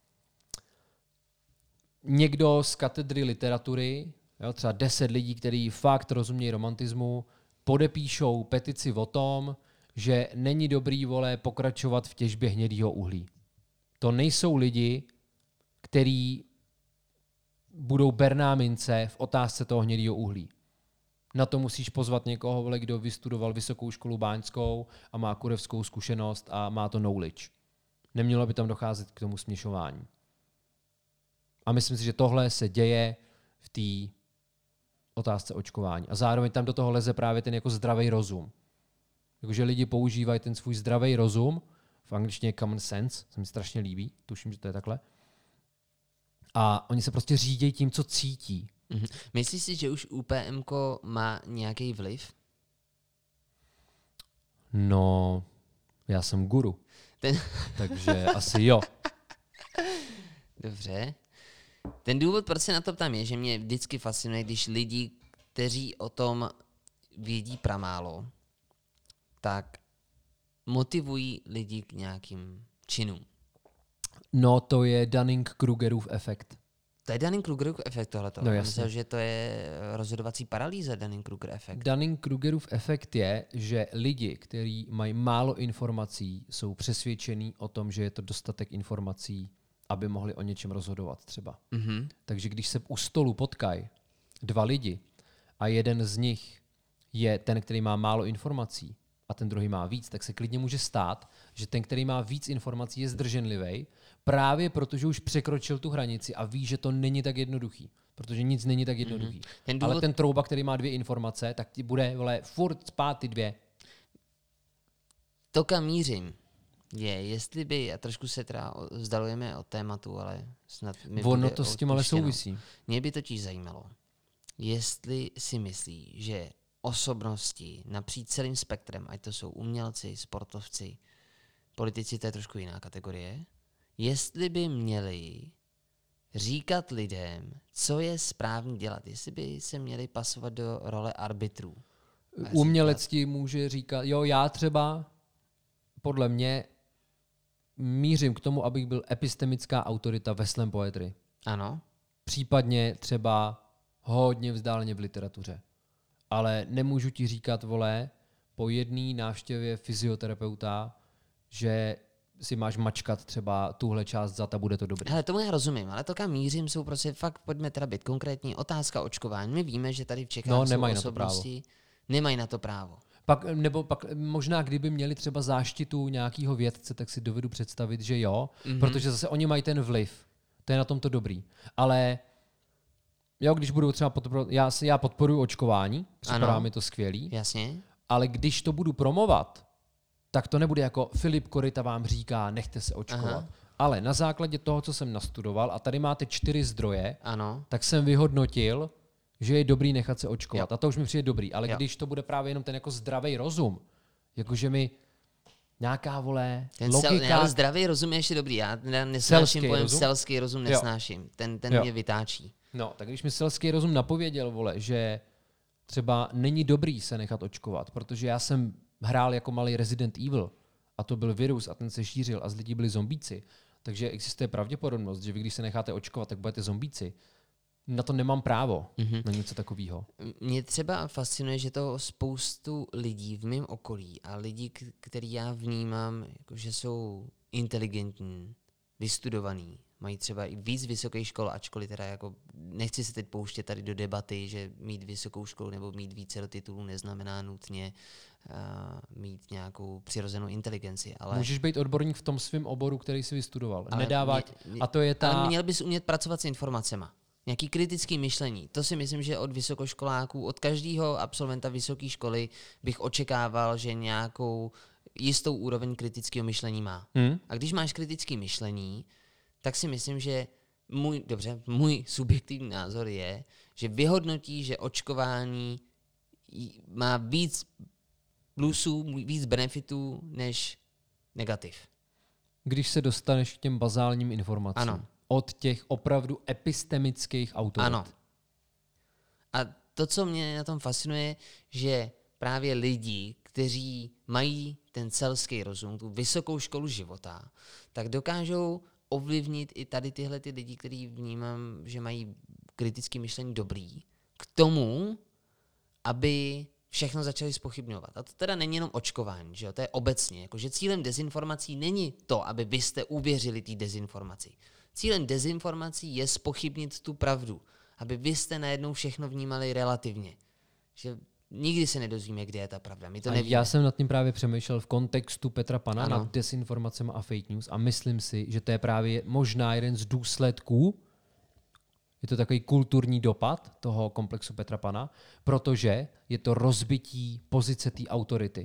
někdo z katedry literatury, jo, třeba deset lidí, kteří fakt rozumějí romantismu, podepíšou petici o tom, že není dobrý, vole, pokračovat v těžbě hnědého uhlí. To nejsou lidi, kteří budou berná mince v otázce toho hnědého uhlí. Na to musíš pozvat někoho, vole, kdo vystudoval vysokou školu báňskou a má kurevskou zkušenost a má to knowledge. Nemělo by tam docházet k tomu směšování. A myslím si, že tohle se děje v té otázce očkování. A zároveň tam do toho leze právě ten jako zdravý rozum. Jakože lidi používají ten svůj zdravý rozum, v angličtině common sense, se mi strašně líbí, tuším, že to je takhle. A oni se prostě řídí tím, co cítí. Mhm. Myslíš si, že už U P M ko má nějaký vliv? No, já jsem guru, Ten... takže asi jo. Dobře. Ten důvod, proč se na to ptám, je, že mě vždycky fascinuje, když lidi, kteří o tom vědí pramálo, tak motivují lidi k nějakým činům. No, to je Dunning-Krugerův efekt. To je Dunning-Krugerův efekt tohleto. No, Já jasně. Myslel, že to je rozhodovací paralýza Dunning-Kruger efekt. Dunning-Krugerův efekt je, že lidi, kteří mají málo informací, jsou přesvědčení o tom, že je to dostatek informací, aby mohli o něčem rozhodovat třeba. Mhm. Takže když se u stolu potkají dva lidi a jeden z nich je ten, který má málo informací a ten druhý má víc, tak se klidně může stát, že ten, který má víc informací, je zdrženlivý, právě protože už překročil tu hranici a ví, že to není tak jednoduchý. Protože nic není tak jednoduchý. Mm-hmm. Ten důvod... Ale ten trouba, který má dvě informace, tak ti bude vole, furt spát ty dvě. To, kam mířím, je, jestli by, a trošku se teda vzdalujeme od tématu, ale snad mi ono bude to s tím ale souvisí. Mě by totiž zajímalo, jestli si myslí, že osobnosti napříč celým spektrem, ať to jsou umělci, sportovci, politici, to je trošku jiná kategorie, jestli by měli říkat lidem, co je správně dělat, jestli by se měli pasovat do role arbitrů. Umělec ti může říkat, jo, já třeba, podle mě, mířím k tomu, abych byl epistemická autorita ve slam poetry. Ano. Případně třeba hodně vzdáleně v literatuře. Ale nemůžu ti říkat, vole, po jedné návštěvě fyzioterapeuta, že si máš mačkat třeba tuhle část zad a bude to dobrý. Hele, tomu já rozumím, ale to, kam mířím, jsou prostě fakt, pojďme teda být konkrétní, otázka očkování. My víme, že tady v Čechách no, jsou osobnosti, nemají na to právo. Pak, nebo pak možná, kdyby měli třeba záštitu nějakého vědce, tak si dovedu představit, že jo, mm-hmm. protože zase oni mají ten vliv. To je na tom to dobrý. Ale jo, když budu třeba podporovat, já, já podporuji očkování, připadá mi to skvělý. Jasně. Ale když to budu promovat, tak to nebude jako Filip Koryta vám říká, nechte se očkovat. Aha. Ale na základě toho, co jsem nastudoval, a tady máte čtyři zdroje, ano. tak jsem vyhodnotil, že je dobrý nechat se očkovat. Jo. A to už mi přijde dobrý. Ale jo. když to bude právě jenom ten jako zdravý rozum, jakože mi nějaká, vole, ten logika... Sel, zdravý rozum je ještě dobrý. Já nesnáším pojem rozum? selský rozum, nesnáším. Jo. Ten, ten jo. mě vytáčí. No, tak když mi selský rozum napověděl, vole, že třeba není dobrý se nechat očkovat, protože já jsem hrál jako malý Resident Evil a to byl virus a ten se šířil a z lidí byli zombíci, takže existuje pravděpodobnost, že vy, když se necháte očkovat, tak budete zombíci. Na to nemám právo, mm-hmm. na něco takového. Mě třeba fascinuje, že to spoustu lidí v mém okolí a lidí, který já vnímám, jako že jsou inteligentní, vystudovaní, mají třeba i víc vysokých škol, ačkoliv teda jako nechci se teď pouštět tady do debaty, že mít vysokou školu nebo mít více titulů neznamená nutně uh, mít nějakou přirozenou inteligenci. Ale můžeš být odborník v tom svém oboru, který jsi vystudoval. Nedává, mě, mě, a to je ta... Ale měl bys umět pracovat s informacema. Nějaký kritický myšlení. To si myslím, že od vysokoškoláků, od každého absolventa vysoké školy bych očekával, že nějakou jistou úroveň kritického myšlení má. Hmm. A když máš kritické myšlení, tak si myslím, že můj, dobře, můj subjektivní názor je, že vyhodnotí, že očkování má víc plusů, víc benefitů než negativ. Když se dostaneš k těm bazálním informacím. Ano. Od těch opravdu epistemických autorit. Ano. A to, co mě na tom fascinuje, že právě lidi, kteří mají ten selský rozum, tu vysokou školu života, tak dokážou ovlivnit i tady tyhle ty lidi, který vnímám, že mají kritické myšlení dobrý, k tomu, aby všechno začali zpochybňovat. A to teda není jenom očkování, že jo? To je obecně. Jakože cílem dezinformací není to, aby vy jste uvěřili té dezinformaci. Cílem dezinformací je zpochybnit tu pravdu, aby vy jste najednou všechno vnímali relativně. Že nikdy se nedozvíme, kde je ta pravda. My to a nevíme. Já jsem nad tím právě přemýšlel v kontextu Petra Pana ano. nad dezinformacemi a fake news a myslím si, že to je právě možná jeden z důsledků, je to takový kulturní dopad toho komplexu Petra Pana, protože je to rozbití pozice té autority.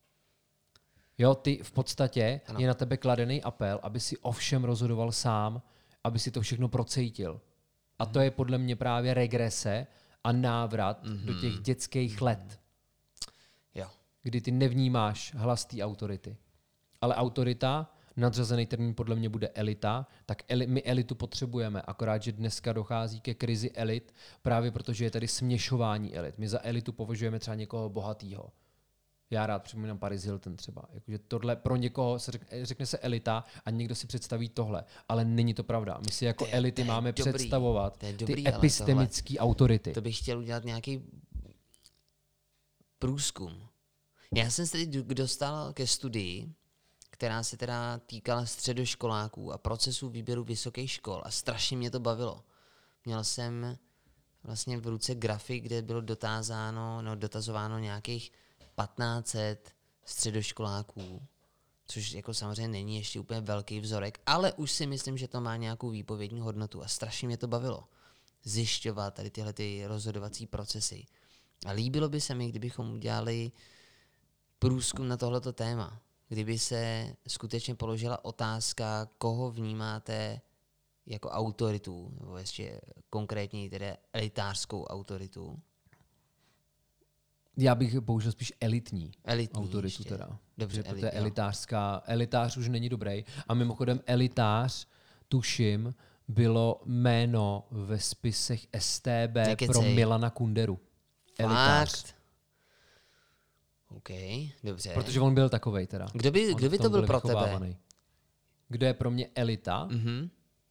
Jo, ty v podstatě ano. je na tebe kladený apel, aby si o všem rozhodoval sám, aby si to všechno procítil. A to je podle mě právě regrese a návrat mm-hmm. do těch dětských let. Jo. Kdy ty nevnímáš hlas té autority. Ale autorita, nadřazený termín podle mě bude elita, tak eli, my elitu potřebujeme, akorát, že dneska dochází ke krizi elit, právě protože je tady směšování elit. My za elitu považujeme třeba někoho bohatýho. Já rád připomínám Paris Hilton třeba. Jakože tohle pro někoho se řekne, řekne se elita a někdo si představí tohle. Ale není to pravda. My si jako je, elity máme dobrý, představovat dobrý, ty epistemické autority. To bych chtěl udělat nějaký průzkum. Já jsem se teď dostal ke studii, která se teda týkala středoškoláků a procesu výběru vysokých škol a strašně mě to bavilo. Měl jsem vlastně v ruce grafik, kde bylo dotázáno, no, dotazováno nějakých patnáct set středoškoláků, což jako samozřejmě není ještě úplně velký vzorek, ale už si myslím, že to má nějakou výpovědní hodnotu a strašně mě to bavilo zjišťovat tady tyhle ty rozhodovací procesy. A líbilo by se mi, kdybychom udělali průzkum na tohleto téma, kdyby se skutečně položila otázka, koho vnímáte jako autoritu, nebo ještě konkrétně tedy elitářskou autoritu. Já bych použil spíš elitní, Elitní autoritu ještě. teda. Dobře, Že to elit, je jo. elitářská. Elitář už není dobrý. A mimochodem elitář, tuším, bylo jméno ve spisech S T B Nekecej. pro Milana Kunderu. Elitář. Fakt? OK, dobře. Protože on byl takovej teda. Kdo by, On kdo by v tom to byl pro vychovávaný. tebe? Kdo je pro mě elita? Mhm.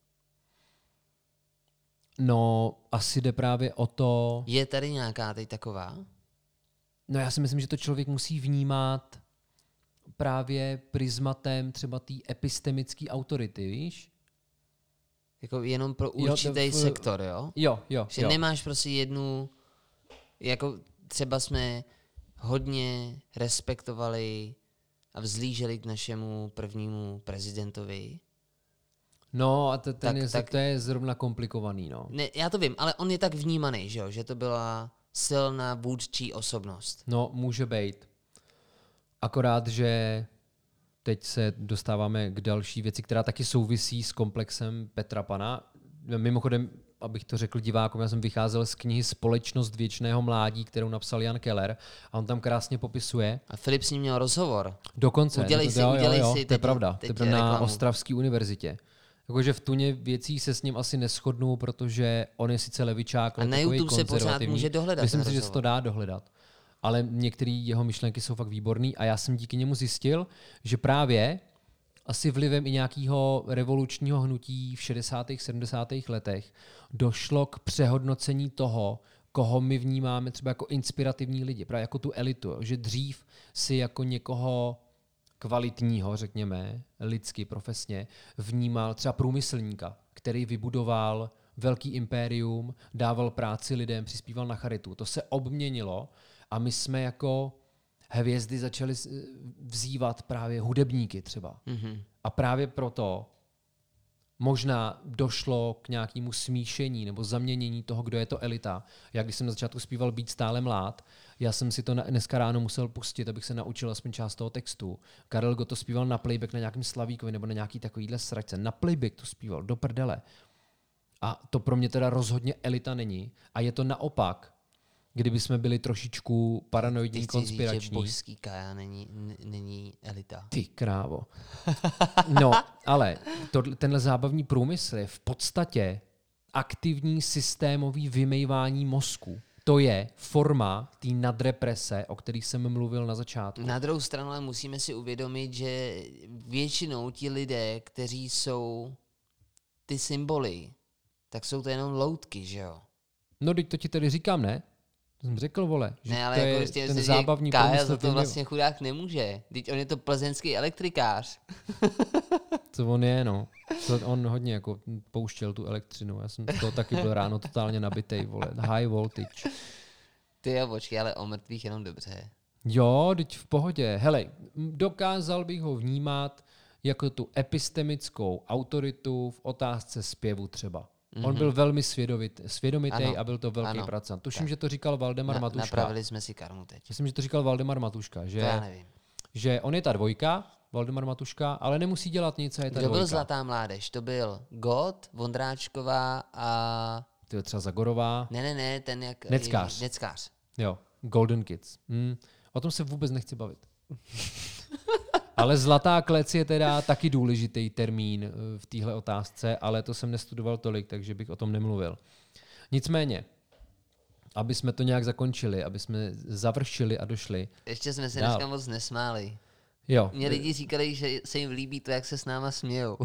No, asi jde právě o to... Je tady nějaká teď taková? No já si myslím, že to člověk musí vnímat právě prismatem třeba té epistemické autority, víš? Jako jenom pro to určitý v- sektor, jo? Jo, jo, Že jo. nemáš prostě jednu, jako třeba jsme hodně respektovali a vzlíželi k našemu prvnímu prezidentovi. No a to, ten Tak- je, tak- to je zrovna komplikovaný, no. Ne, já to vím, ale on je tak vnímaný, že jo? Že to byla silná vůdčí osobnost. No, může být. Akorát, že teď se dostáváme k další věci, která taky souvisí s komplexem Petra Pana. Mimochodem, abych to řekl divákům, já jsem vycházel z knihy Společnost věčného mládí, kterou napsal Jan Keller a on tam krásně popisuje. A Filip s ním měl rozhovor. Dokonce. Udělej to, si- jo, jo, udělej jo, si to je teď- pravda. teď to je na reklamu. Ostravské univerzitě. Jakože v tuně věcí se s ním asi neshodnu, protože on je sice levičák, A ale na takový YouTube se pořád konzervativní. může dohledat Myslím ten si, že se to rozhovor. dá dohledat. Ale některé jeho myšlenky jsou fakt výborný a já jsem díky němu zjistil, že právě asi vlivem i nějakého revolučního hnutí v šedesátých sedmdesátých letech došlo k přehodnocení toho, koho my vnímáme třeba jako inspirativní lidi, právě jako tu elitu. jo. Že dřív si jako někoho kvalitního, řekněme, lidsky, profesně, vnímal třeba průmyslníka, který vybudoval velký impérium, dával práci lidem, přispíval na charitu. To se obměnilo a my jsme jako hvězdy začali s- vzývat právě hudebníky třeba. Mhm. A právě proto možná došlo k nějakému smíšení nebo zaměnění toho, kdo je to elita. Já když jsem na začátku zpíval Být stále mlád, já jsem si to na, dneska ráno musel pustit, abych se naučil aspoň část toho textu. Karel Gott to zpíval na playback na nějakém Slavíkovi nebo na nějaký takovýhle sračce. Na playback to zpíval, do prdele. A to pro mě teda rozhodně elita není. A je to naopak, kdyby jsme byli trošičku paranoidní, Ty chci říct, že konspirační. božský Kaja není, n- není elita. Ty krávo. No, ale to, tenhle zábavní průmysl je v podstatě aktivní systémový vymejvání mozku. To je forma té nadreprese, o které jsem mluvil na začátku. Na druhou stranu ale musíme si uvědomit, že většinou ti lidé, kteří jsou ty symboly, tak jsou to jenom loutky, že jo? No, teď to ti tady říkám, ne? To jsem řekl, vole, že Ne, ale to jako je prostě ten že zábavní Kája průmysl. za to vyme- vlastně chudák nemůže. Teď on je to plzeňský elektrikář. Co on je, no. To on hodně jako pouštěl tu elektřinu. Já jsem z toho taky byl ráno totálně nabitej, vole. High voltage. Ty jo, počkej, ale o mrtvých jenom dobře. Jo, teď v pohodě. Hele, m, dokázal bych ho vnímat jako tu epistemickou autoritu v otázce zpěvu třeba. Mm-hmm. On byl velmi svědomit, svědomitý Ano, a byl to velký ano. pracant. Tuším, Tak. že to říkal Valdemar Na, Matuška. napravili jsme si karmu teď. Myslím, že to říkal Valdemar Matuška, To já že, nevím. že on je ta dvojka, Valdemar Matuška, ale nemusí dělat nic a je ta Kdo byl dvojka. Zlatá mládež? To byl Gott, Vondráčková a... To je třeba Zagorová. Ne, ne, ne, ten jak... Neckář. Neckář. Jo, Golden Kids. Hmm. O tom se vůbec nechci bavit. Ale zlatá klec je teda taky důležitý termín eh, v téhle otázce, ale to jsem nestudoval tolik, takže bych o tom nemluvil. Nicméně, aby jsme to nějak zakončili, aby jsme završili a došli. Ještě jsme se Dál. dneska moc nesmáli. Jo, Mě lidi říkali, že se jim líbí to, jak se s náma smějou.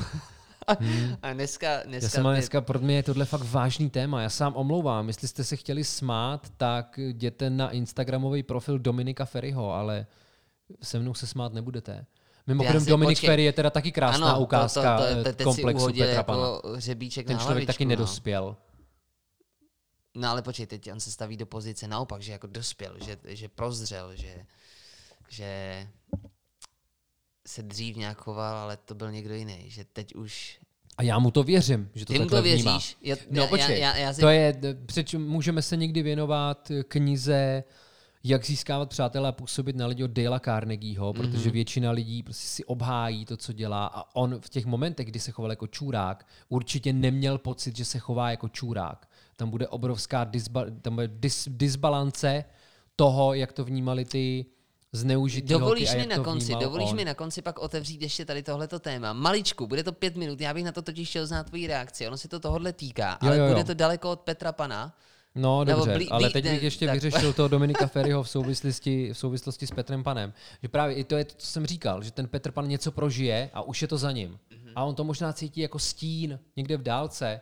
A dneska, dneska, já jsem ale ty- dneska, pro mě je tohle fakt vážný téma. Já sám omlouvám, jestli jste se chtěli smát, tak jděte na instagramový profil Dominika Ferryho, ale se mnou se smát nebudete. Mimochodem Já si- Dominik počkej. Ferry je teda taky krásná ano, ukázka to, to, eh, to, to, teď si komplexu uhodil Petra Pana. jako hřebíček Ten na člověk hlavičku, taky no. nedospěl. No ale počkej, teď on se staví do pozice naopak, že jako dospěl, že, že prozřel, že, že se dřív nějak choval, ale to byl někdo jiný, že teď už... A já mu to věřím, že to Ty mu takhle to věříš? vnímá. Já, No já, počkej, já, já, já si... to je, přeč, můžeme se někdy věnovat knize Jak získávat přátelé a působit na lidi od Dalea Carnegieho, mm-hmm. protože většina lidí prostě si obhájí to, co dělá a on v těch momentech, kdy se choval jako čurák, určitě neměl pocit, že se chová jako čurák. Tam bude obrovská disba, tam bude dis, disbalance toho, jak to vnímali ty zneužitý Dovolíš holky a mi jak na to konci, vnímal dovolíš on. mi na konci pak otevřít ještě tady tohleto téma. Maličku, bude to pět minut, já bych na to totiž chtěl znát tvoji reakci. Ono se to tohodle týká, Jo, ale jo, jo. bude to daleko od Petra Pana. No Nebo dobře, blí- ale blí- teď bych ne, ještě tak- vyřešil toho Dominika Ferryho v souvislosti, v souvislosti s Petrem Panem. Že právě i to je to, co jsem říkal, že ten Petr Pan něco prožije a už je to za ním. Mm-hmm. A on to možná cítí jako stín někde v dálce.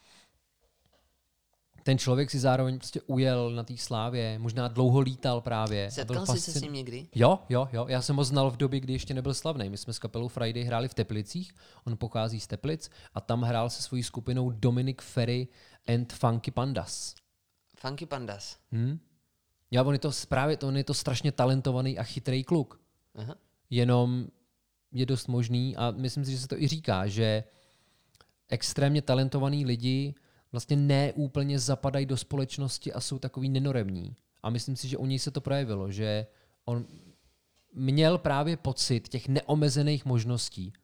Ten člověk si zároveň prostě ujel na té slávě, možná dlouho lítal právě. Setkal jsi se s ním někdy? Jo, jo, jo. Já jsem ho znal v době, kdy ještě nebyl slavný. My jsme s kapelou Friday hráli v Teplicích, on pochází z Teplic a tam hrál se svojí skupinou Dominic Ferry and Funky Pandas. Funky Pandas. Hmm? Já, on je to právě, on je to strašně talentovaný a chytrý kluk. Aha. Jenom je dost možný a myslím si, že se to i říká, že extrémně talentovaní lidi vlastně neúplně zapadají do společnosti a jsou takový nenoremní. A myslím si, že u něj se to projevilo, že on měl právě pocit těch neomezených možností.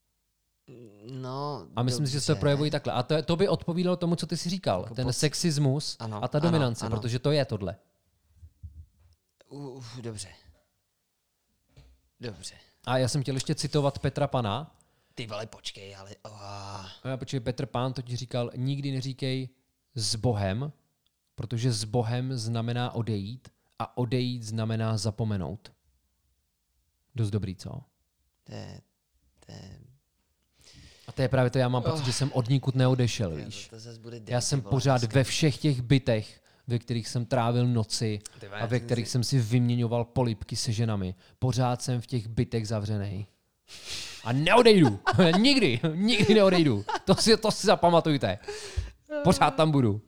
No, A myslím dobře. si, že se to projevuje takhle. A to, to by odpovídalo tomu, co ty jsi říkal. Jako ten pocit- sexismus Ano, a ta ano, dominance, ano. protože to je tohle. Uf, dobře. Dobře. A já jsem chtěl ještě citovat Petra Pana. Ty vole, počkej, ale... Oh. A počkej, Petr Pán totiž říkal, nikdy neříkej s Bohem, protože s Bohem znamená odejít a odejít znamená zapomenout. Dost dobrý, co? To je... To je... A to je právě to, já mám pocit, Oh. že jsem od nikud neodešel, To, víš. to zase bude Já jsem vole, pořád dneska. ve všech těch bytech, ve kterých jsem trávil noci Ty vole, a já ve jsem kterých si- jsem si vyměňoval polibky se ženami. Pořád jsem v těch bytech zavřenej. A neodejdu. Nikdy. Nikdy neodejdu. To si, to si zapamatujte. Pořád tam budu.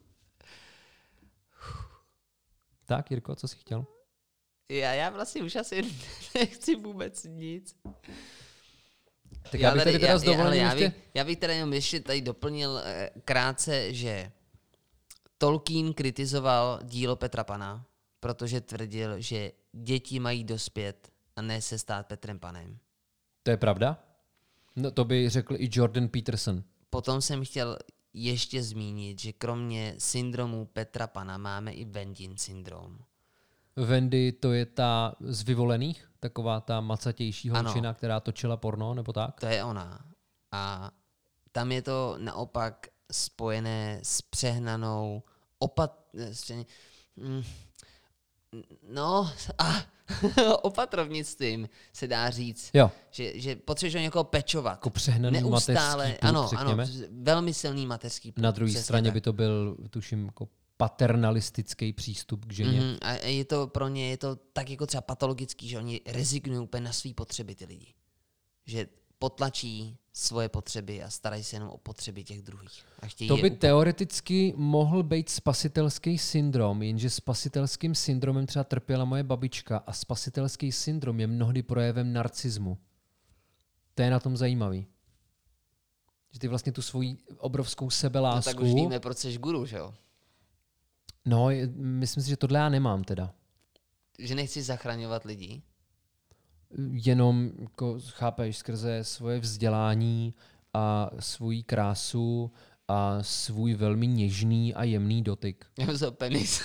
Tak, Jirko, co jsi chtěl? Já, já vlastně už asi nechci vůbec nic. Tak já bych tady teda s já, ale dovolením já, ještě... bych, já bych teda jenom ještě tady doplnil eh, krátce, že Tolkien kritizoval dílo Petra Pana, protože tvrdil, že děti mají dospět a ne se stát Petrem Panem. To je pravda? No, to by řekl i Jordan Peterson. Potom jsem chtěl ještě zmínit, že kromě syndromu Petra Pana máme i Vendin syndrom. Wendy, to je ta z Vyvolených? Taková ta macatější Ano. holčina, která točila porno, nebo tak? To je ona. A tam je to naopak spojené s přehnanou opat... s přehn- mm, No, a opatrovnictvím se dá říct, Jo, že, že potřebuješ o někoho pečovat. jako přehnaný Neustále, mateřský pud, ano, řekněme. ano, velmi silný mateřský pud. Na druhé přesně straně tak. by to byl, tuším, jako paternalistický přístup k ženě. Mhm, a je to pro ně je to tak jako třeba patologický, že oni rezignují úplně na své potřeby ty lidi. Že potlačí svoje potřeby a starají se jenom o potřeby těch druhých. A chtějí To je by úplně- teoreticky mohl být spasitelský syndrom, jenže spasitelským syndromem třeba trpěla moje babička a spasitelský syndrom je mnohdy projevem narcismu. To je na tom zajímavý. Že ty vlastně tu svoji obrovskou No sebelásku... tak už víme, proč jsi guru, že jo? No, je- myslím si, že tohle já nemám teda. Že nechci zachraňovat lidi. Jenom, jako, chápeš, skrze svoje vzdělání a svou krásu a svůj velmi něžný a jemný dotyk. Já vzal penis.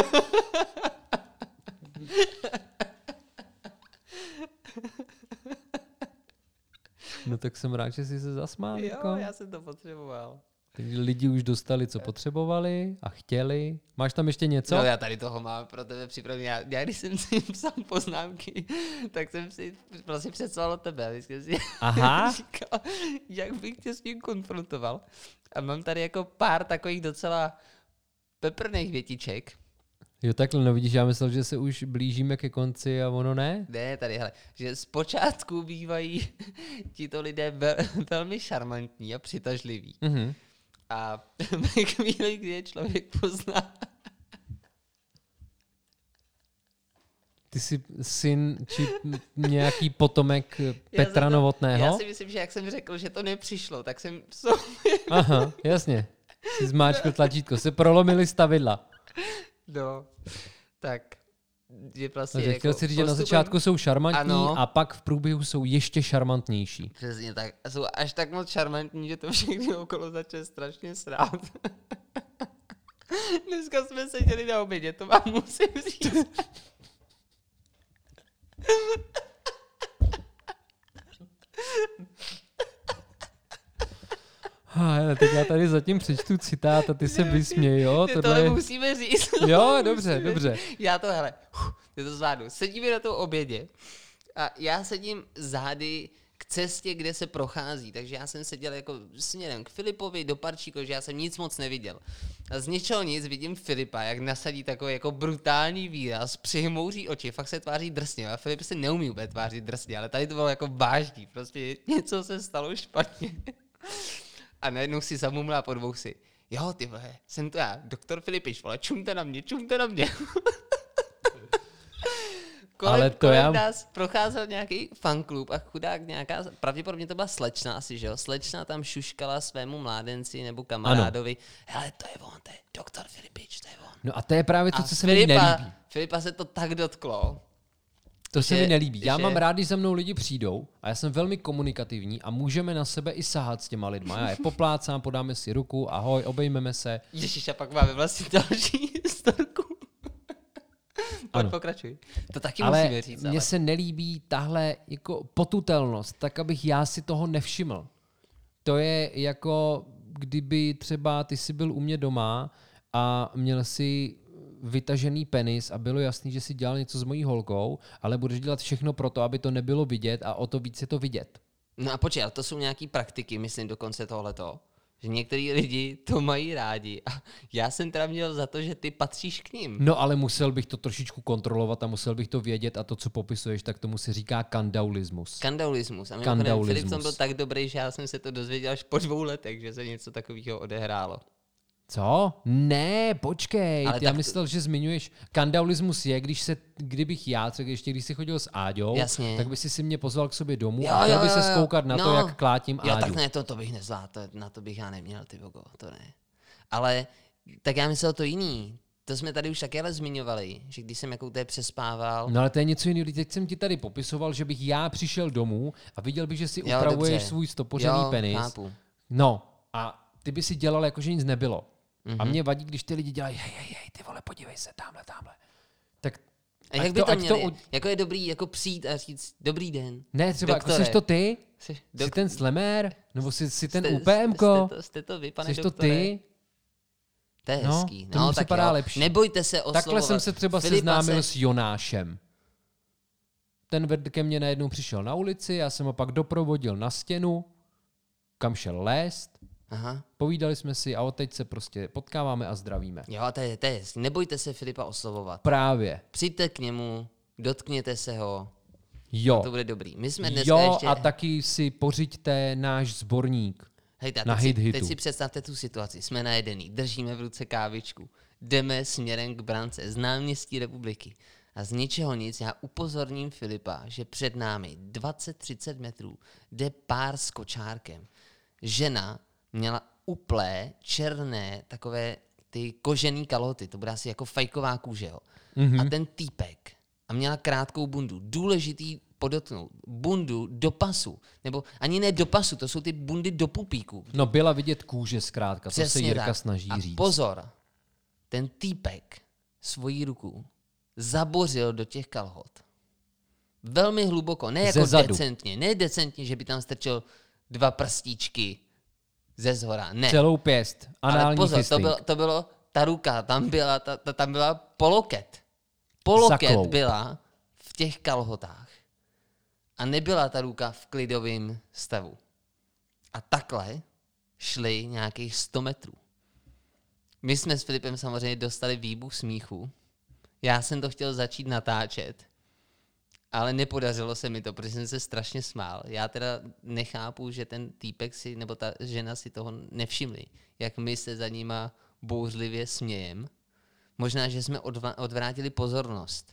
No tak jsem rád, že jsi se zasmál. Jo, jako. já jsem to potřeboval. Takže lidi už dostali, co potřebovali a chtěli. Máš tam ještě něco? No já tady toho mám pro tebe připravený. Já, já když jsem si psal poznámky, tak jsem si vlastně představil tebe. Když jsem si Aha. říkal, jak bych tě s tím konfrontoval. A mám tady jako pár takových docela peprných větiček. Jo, takhle, no vidíš, já myslel, že se už blížíme ke konci a ono ne. Ne, tady, hele, že zpočátku bývají tito lidé vel, velmi šarmantní a přitažliví. Mhm. A ve chvíli, kdy je člověk pozná, ty jsi syn či nějaký potomek Petra já to, Novotného? Já si myslím, že jak jsem řekl, že to nepřišlo, tak jsem... Aha, jasně. Jsi zmáčkl tlačítko, se prolomily stavidla. No, tak... Je vlastně Takže jako chtěl si říct, že na postupem... začátku jsou šarmantní ano. a pak v průběhu jsou ještě šarmantnější. Přesně tak. A jsou až tak moc šarmantní, že to všechny okolo začne strašně srát. Dneska jsme seděli na obědě, to vám musím říct. Ha, teď já tady zatím přečtu citát a ty se vysměj, jo? Ty Tohle to je... musíme říct. Jo, dobře, dobře. Já to, hele, ty to zvládnu. Sedíme na tom obědě a já sedím zády k cestě, kde se prochází, takže já jsem seděl jako směrem k Filipovi do parčíku, že já jsem nic moc neviděl. A z ničeho nic vidím Filipa, jak nasadí takový jako brutální výraz, přihmouří oči, fakt se tváří drsně. A Filip se neumí úplně tvářit drsně, ale tady to bylo jako vážný, prostě něco se stalo špatně. A najednou si zamumlá pod vousy. Jo, ty vole, jsem to já, doktor Filipiš, vole, čumte na mě, čumte na mě. kolem, Ale to kolem já... nás procházel nějaký fanklub a chudák nějaká, pravděpodobně to byla slečna asi, že jo, slečna tam šuškala svému mládenci nebo kamarádovi. Ano. Hele, to je on, to je doktor Filipič, to je on. No a to je právě to, a co se Filipa, mi nelíbí. Filipa se to tak dotklo. To se že, mi nelíbí. Já že... mám rád, když za mnou lidi přijdou a já jsem velmi komunikativní a můžeme na sebe i sahat s těma lidma. Já je poplácám, podáme si ruku, ahoj, obejmeme se. Ježiš, a pak máme vlastně další storku. Pojď, pokračuj. To taky ale musíme říct. Ale mně se nelíbí tahle jako potutelnost, tak abych já si toho nevšiml. To je jako, kdyby třeba ty jsi byl u mě doma a měl si vytažený penis a bylo jasný, že si dělal něco s mojí holkou, ale budeš dělat všechno pro to, aby to nebylo vidět a o to víc je to vidět. No a počkej, ale to jsou nějaký praktiky, myslím dokonce tohleto. Že některý lidi to mají rádi a já jsem teda měl za to, že ty patříš k ním. No ale musel bych to trošičku kontrolovat a musel bych to vědět a to, co popisuješ, tak tomu se říká kandaulismus. Kandaulismus. A mimochodem Filip tom byl tak dobrý, že já jsem se to dozvěděl až po dvou letech, že se něco takového odehrálo. Co? Ne, počkej, ale já tak... myslel, že zmiňuješ, kandaulismus je, když se, kdybych já, třeba ještě když jsi chodil s Áďou, jasně. tak by si si mě pozval k sobě domů jo, a chtěl by jo, se jo. zkoukat na no. to, jak klátím Áďu. Jo, tak ne, to, to bych nezvládl, to, na to bych já neměl, ty vogo, to ne. Ale, tak já myslel to jiný. To jsme tady už taky ale zmiňovali, že když jsem jako té přespával. No ale to je něco jiného. Teď jsem ti tady popisoval, že bych já přišel domů a viděl bych, že si jo, upravuješ dobře. svůj stopořený jo, penis. Chápu. No a ty by si dělal, jako že nic nebylo. Mm-hmm. A mě vadí, když ty lidi dělají, hej, hej, hej, ty vole, podívej se, tamhle, tamhle. Tak a jak by to, to měli? To... Jako je dobrý jako přijít a říct, dobrý den. Ne, třeba, doktore. jako jsi to ty? Jsi, dok... jsi ten slemér? Nebo jsi, jsi ten jste, UPMko? Jste to, jste to vy, pane jsi doktore? to ty? To je no, hezký. To no, tak připadá jo. lepší. Nebojte se oslovovat. Takhle jsem se třeba Filipa seznámil se... s Jonášem. Ten ved ke mně najednou přišel na ulici, já jsem ho pak doprovodil na stěnu, kam šel lézt. Aha. Povídali jsme si a odteď se prostě potkáváme a zdravíme. Jo, to je, to je hezký. Nebojte se Filipa oslovovat. Právě. Přijďte k němu, dotkněte se ho. Jo. To bude dobrý. My jsme dneska jo, ještě... a taky si pořiďte náš sborník. Hej, na teď, hit si, hitu. teď si představte tu situaci. Jsme najedený, držíme v ruce kávičku. Jdeme směrem k brance z náměstí Republiky. A z ničeho nic já upozorním Filipa, že před námi dvacet třicet metrů jde pár s kočárkem. Žena měla uplé, černé, takové ty kožený kalhoty. To bude asi jako fajková kůže. Jo. Mm-hmm. A ten týpek. A měla krátkou bundu. Důležitý podotknout. Bundu do pasu. Nebo ani ne do pasu, to jsou ty bundy do pupíku. No byla vidět kůže zkrátka, to se Jirka tak. snaží a říct. Pozor, ten týpek svoji ruku zabořil do těch kalhot. Velmi hluboko, ne jako decentně, ne decentně, že by tam strčil dva prstíčky ze zhora, ne. Celou pěst, anální ale pozor, fisting. to bylo, to bylo, ta ruka, tam byla, ta, ta, tam byla poloket. Poloket Zaklou. byla v těch kalhotách. A nebyla ta ruka v klidovém stavu. A takhle šli nějakých sto metrů. My jsme s Filipem samozřejmě dostali výbuch smíchu. Já jsem to chtěl začít natáčet, ale nepodařilo se mi to, protože jsem se strašně smál. Já teda nechápu, že ten týpek si, nebo ta žena si toho nevšimli, jak my se za nima bouřlivě smějem. Možná, že jsme odva- odvrátili pozornost.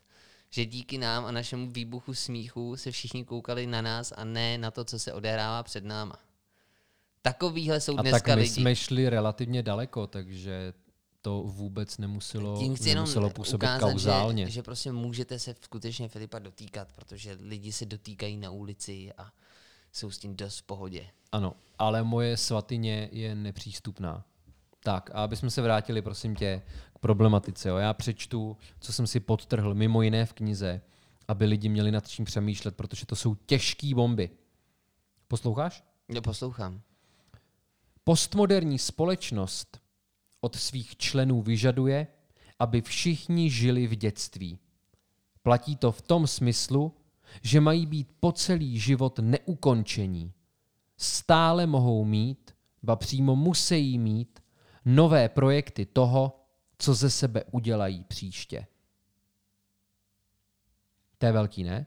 že díky nám a našemu výbuchu smíchu se všichni koukali na nás a ne na to, co se odehrává před náma. Takovýhle jsou a dneska tak my lidi. jsme šli relativně daleko, takže to vůbec nemuselo, Tím chci jenom nemuselo působit ukázat, kauzálně. že, že prostě můžete se skutečně Filipa dotýkat, protože lidi se dotýkají na ulici a jsou s tím dost v pohodě. Ano, ale moje svatyně je nepřístupná. Tak, a aby jsme se vrátili, prosím tě, k problematice. Jo. Já přečtu, co jsem si podtrhl, mimo jiné v knize, aby lidi měli nad čím přemýšlet, protože to jsou těžké bomby. Posloucháš? Jo, poslouchám. Postmoderní společnost od svých členů vyžaduje, aby všichni žili v dětství. Platí to v tom smyslu, že mají být po celý život neukončení. Stále mohou mít, ba přímo musí mít, nové projekty toho, co ze sebe udělají příště. To je velký, ne?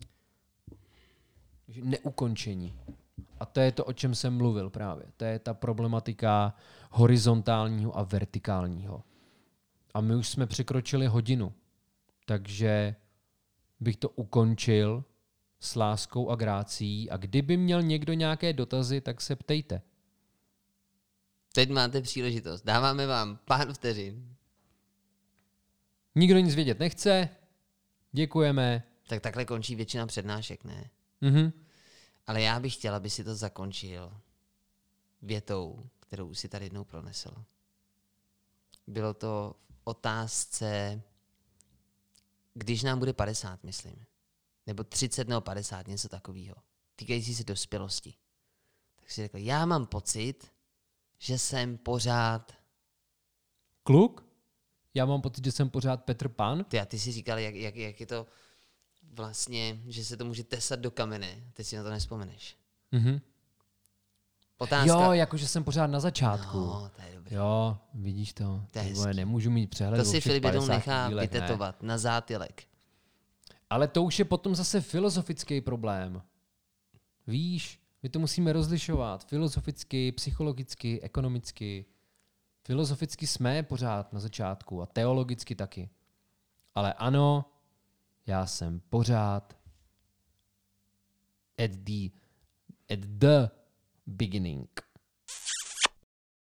Neukončení. A to je to, o čem jsem mluvil právě. To je ta problematika horizontálního a vertikálního. A my už jsme překročili hodinu. Takže bych to ukončil s láskou a grácií. A kdyby měl někdo nějaké dotazy, tak se ptejte. Teď máte příležitost. Dáváme vám pár vteřin. Nikdo nic vědět nechce. Děkujeme. Tak takhle končí většina přednášek, ne? Mhm. Ale já bych chtěl, aby si to zakončil větou, kterou si tady jednou pronesl. Bylo to v otázce, když nám bude padesát, myslím. Nebo třicet nebo padesát, něco takového. Týkající se dospělosti. Tak si řekl, já mám pocit, že jsem pořád... Kluk? Já mám pocit, že jsem pořád Petr Pan. Ty a ty si říkal, jak, jak, jak je to vlastně, že se to může tesat do kamene. Teď si na to nespomeneš. Mhm. Otázka... Jo, jakože jsem pořád na začátku. No, to je dobrý. Jo, vidíš to. To je Vole, hezký. nemůžu mít přehled To o si všech Filip jednou padesát nechá dílech, ne? vytetovat na zátylek. Ale to už je potom zase filozofický problém. Víš, my to musíme rozlišovat. Filozoficky, psychologicky, ekonomicky. Filozoficky jsme pořád na začátku a teologicky taky. Ale ano, já jsem pořád at the, at the beginning.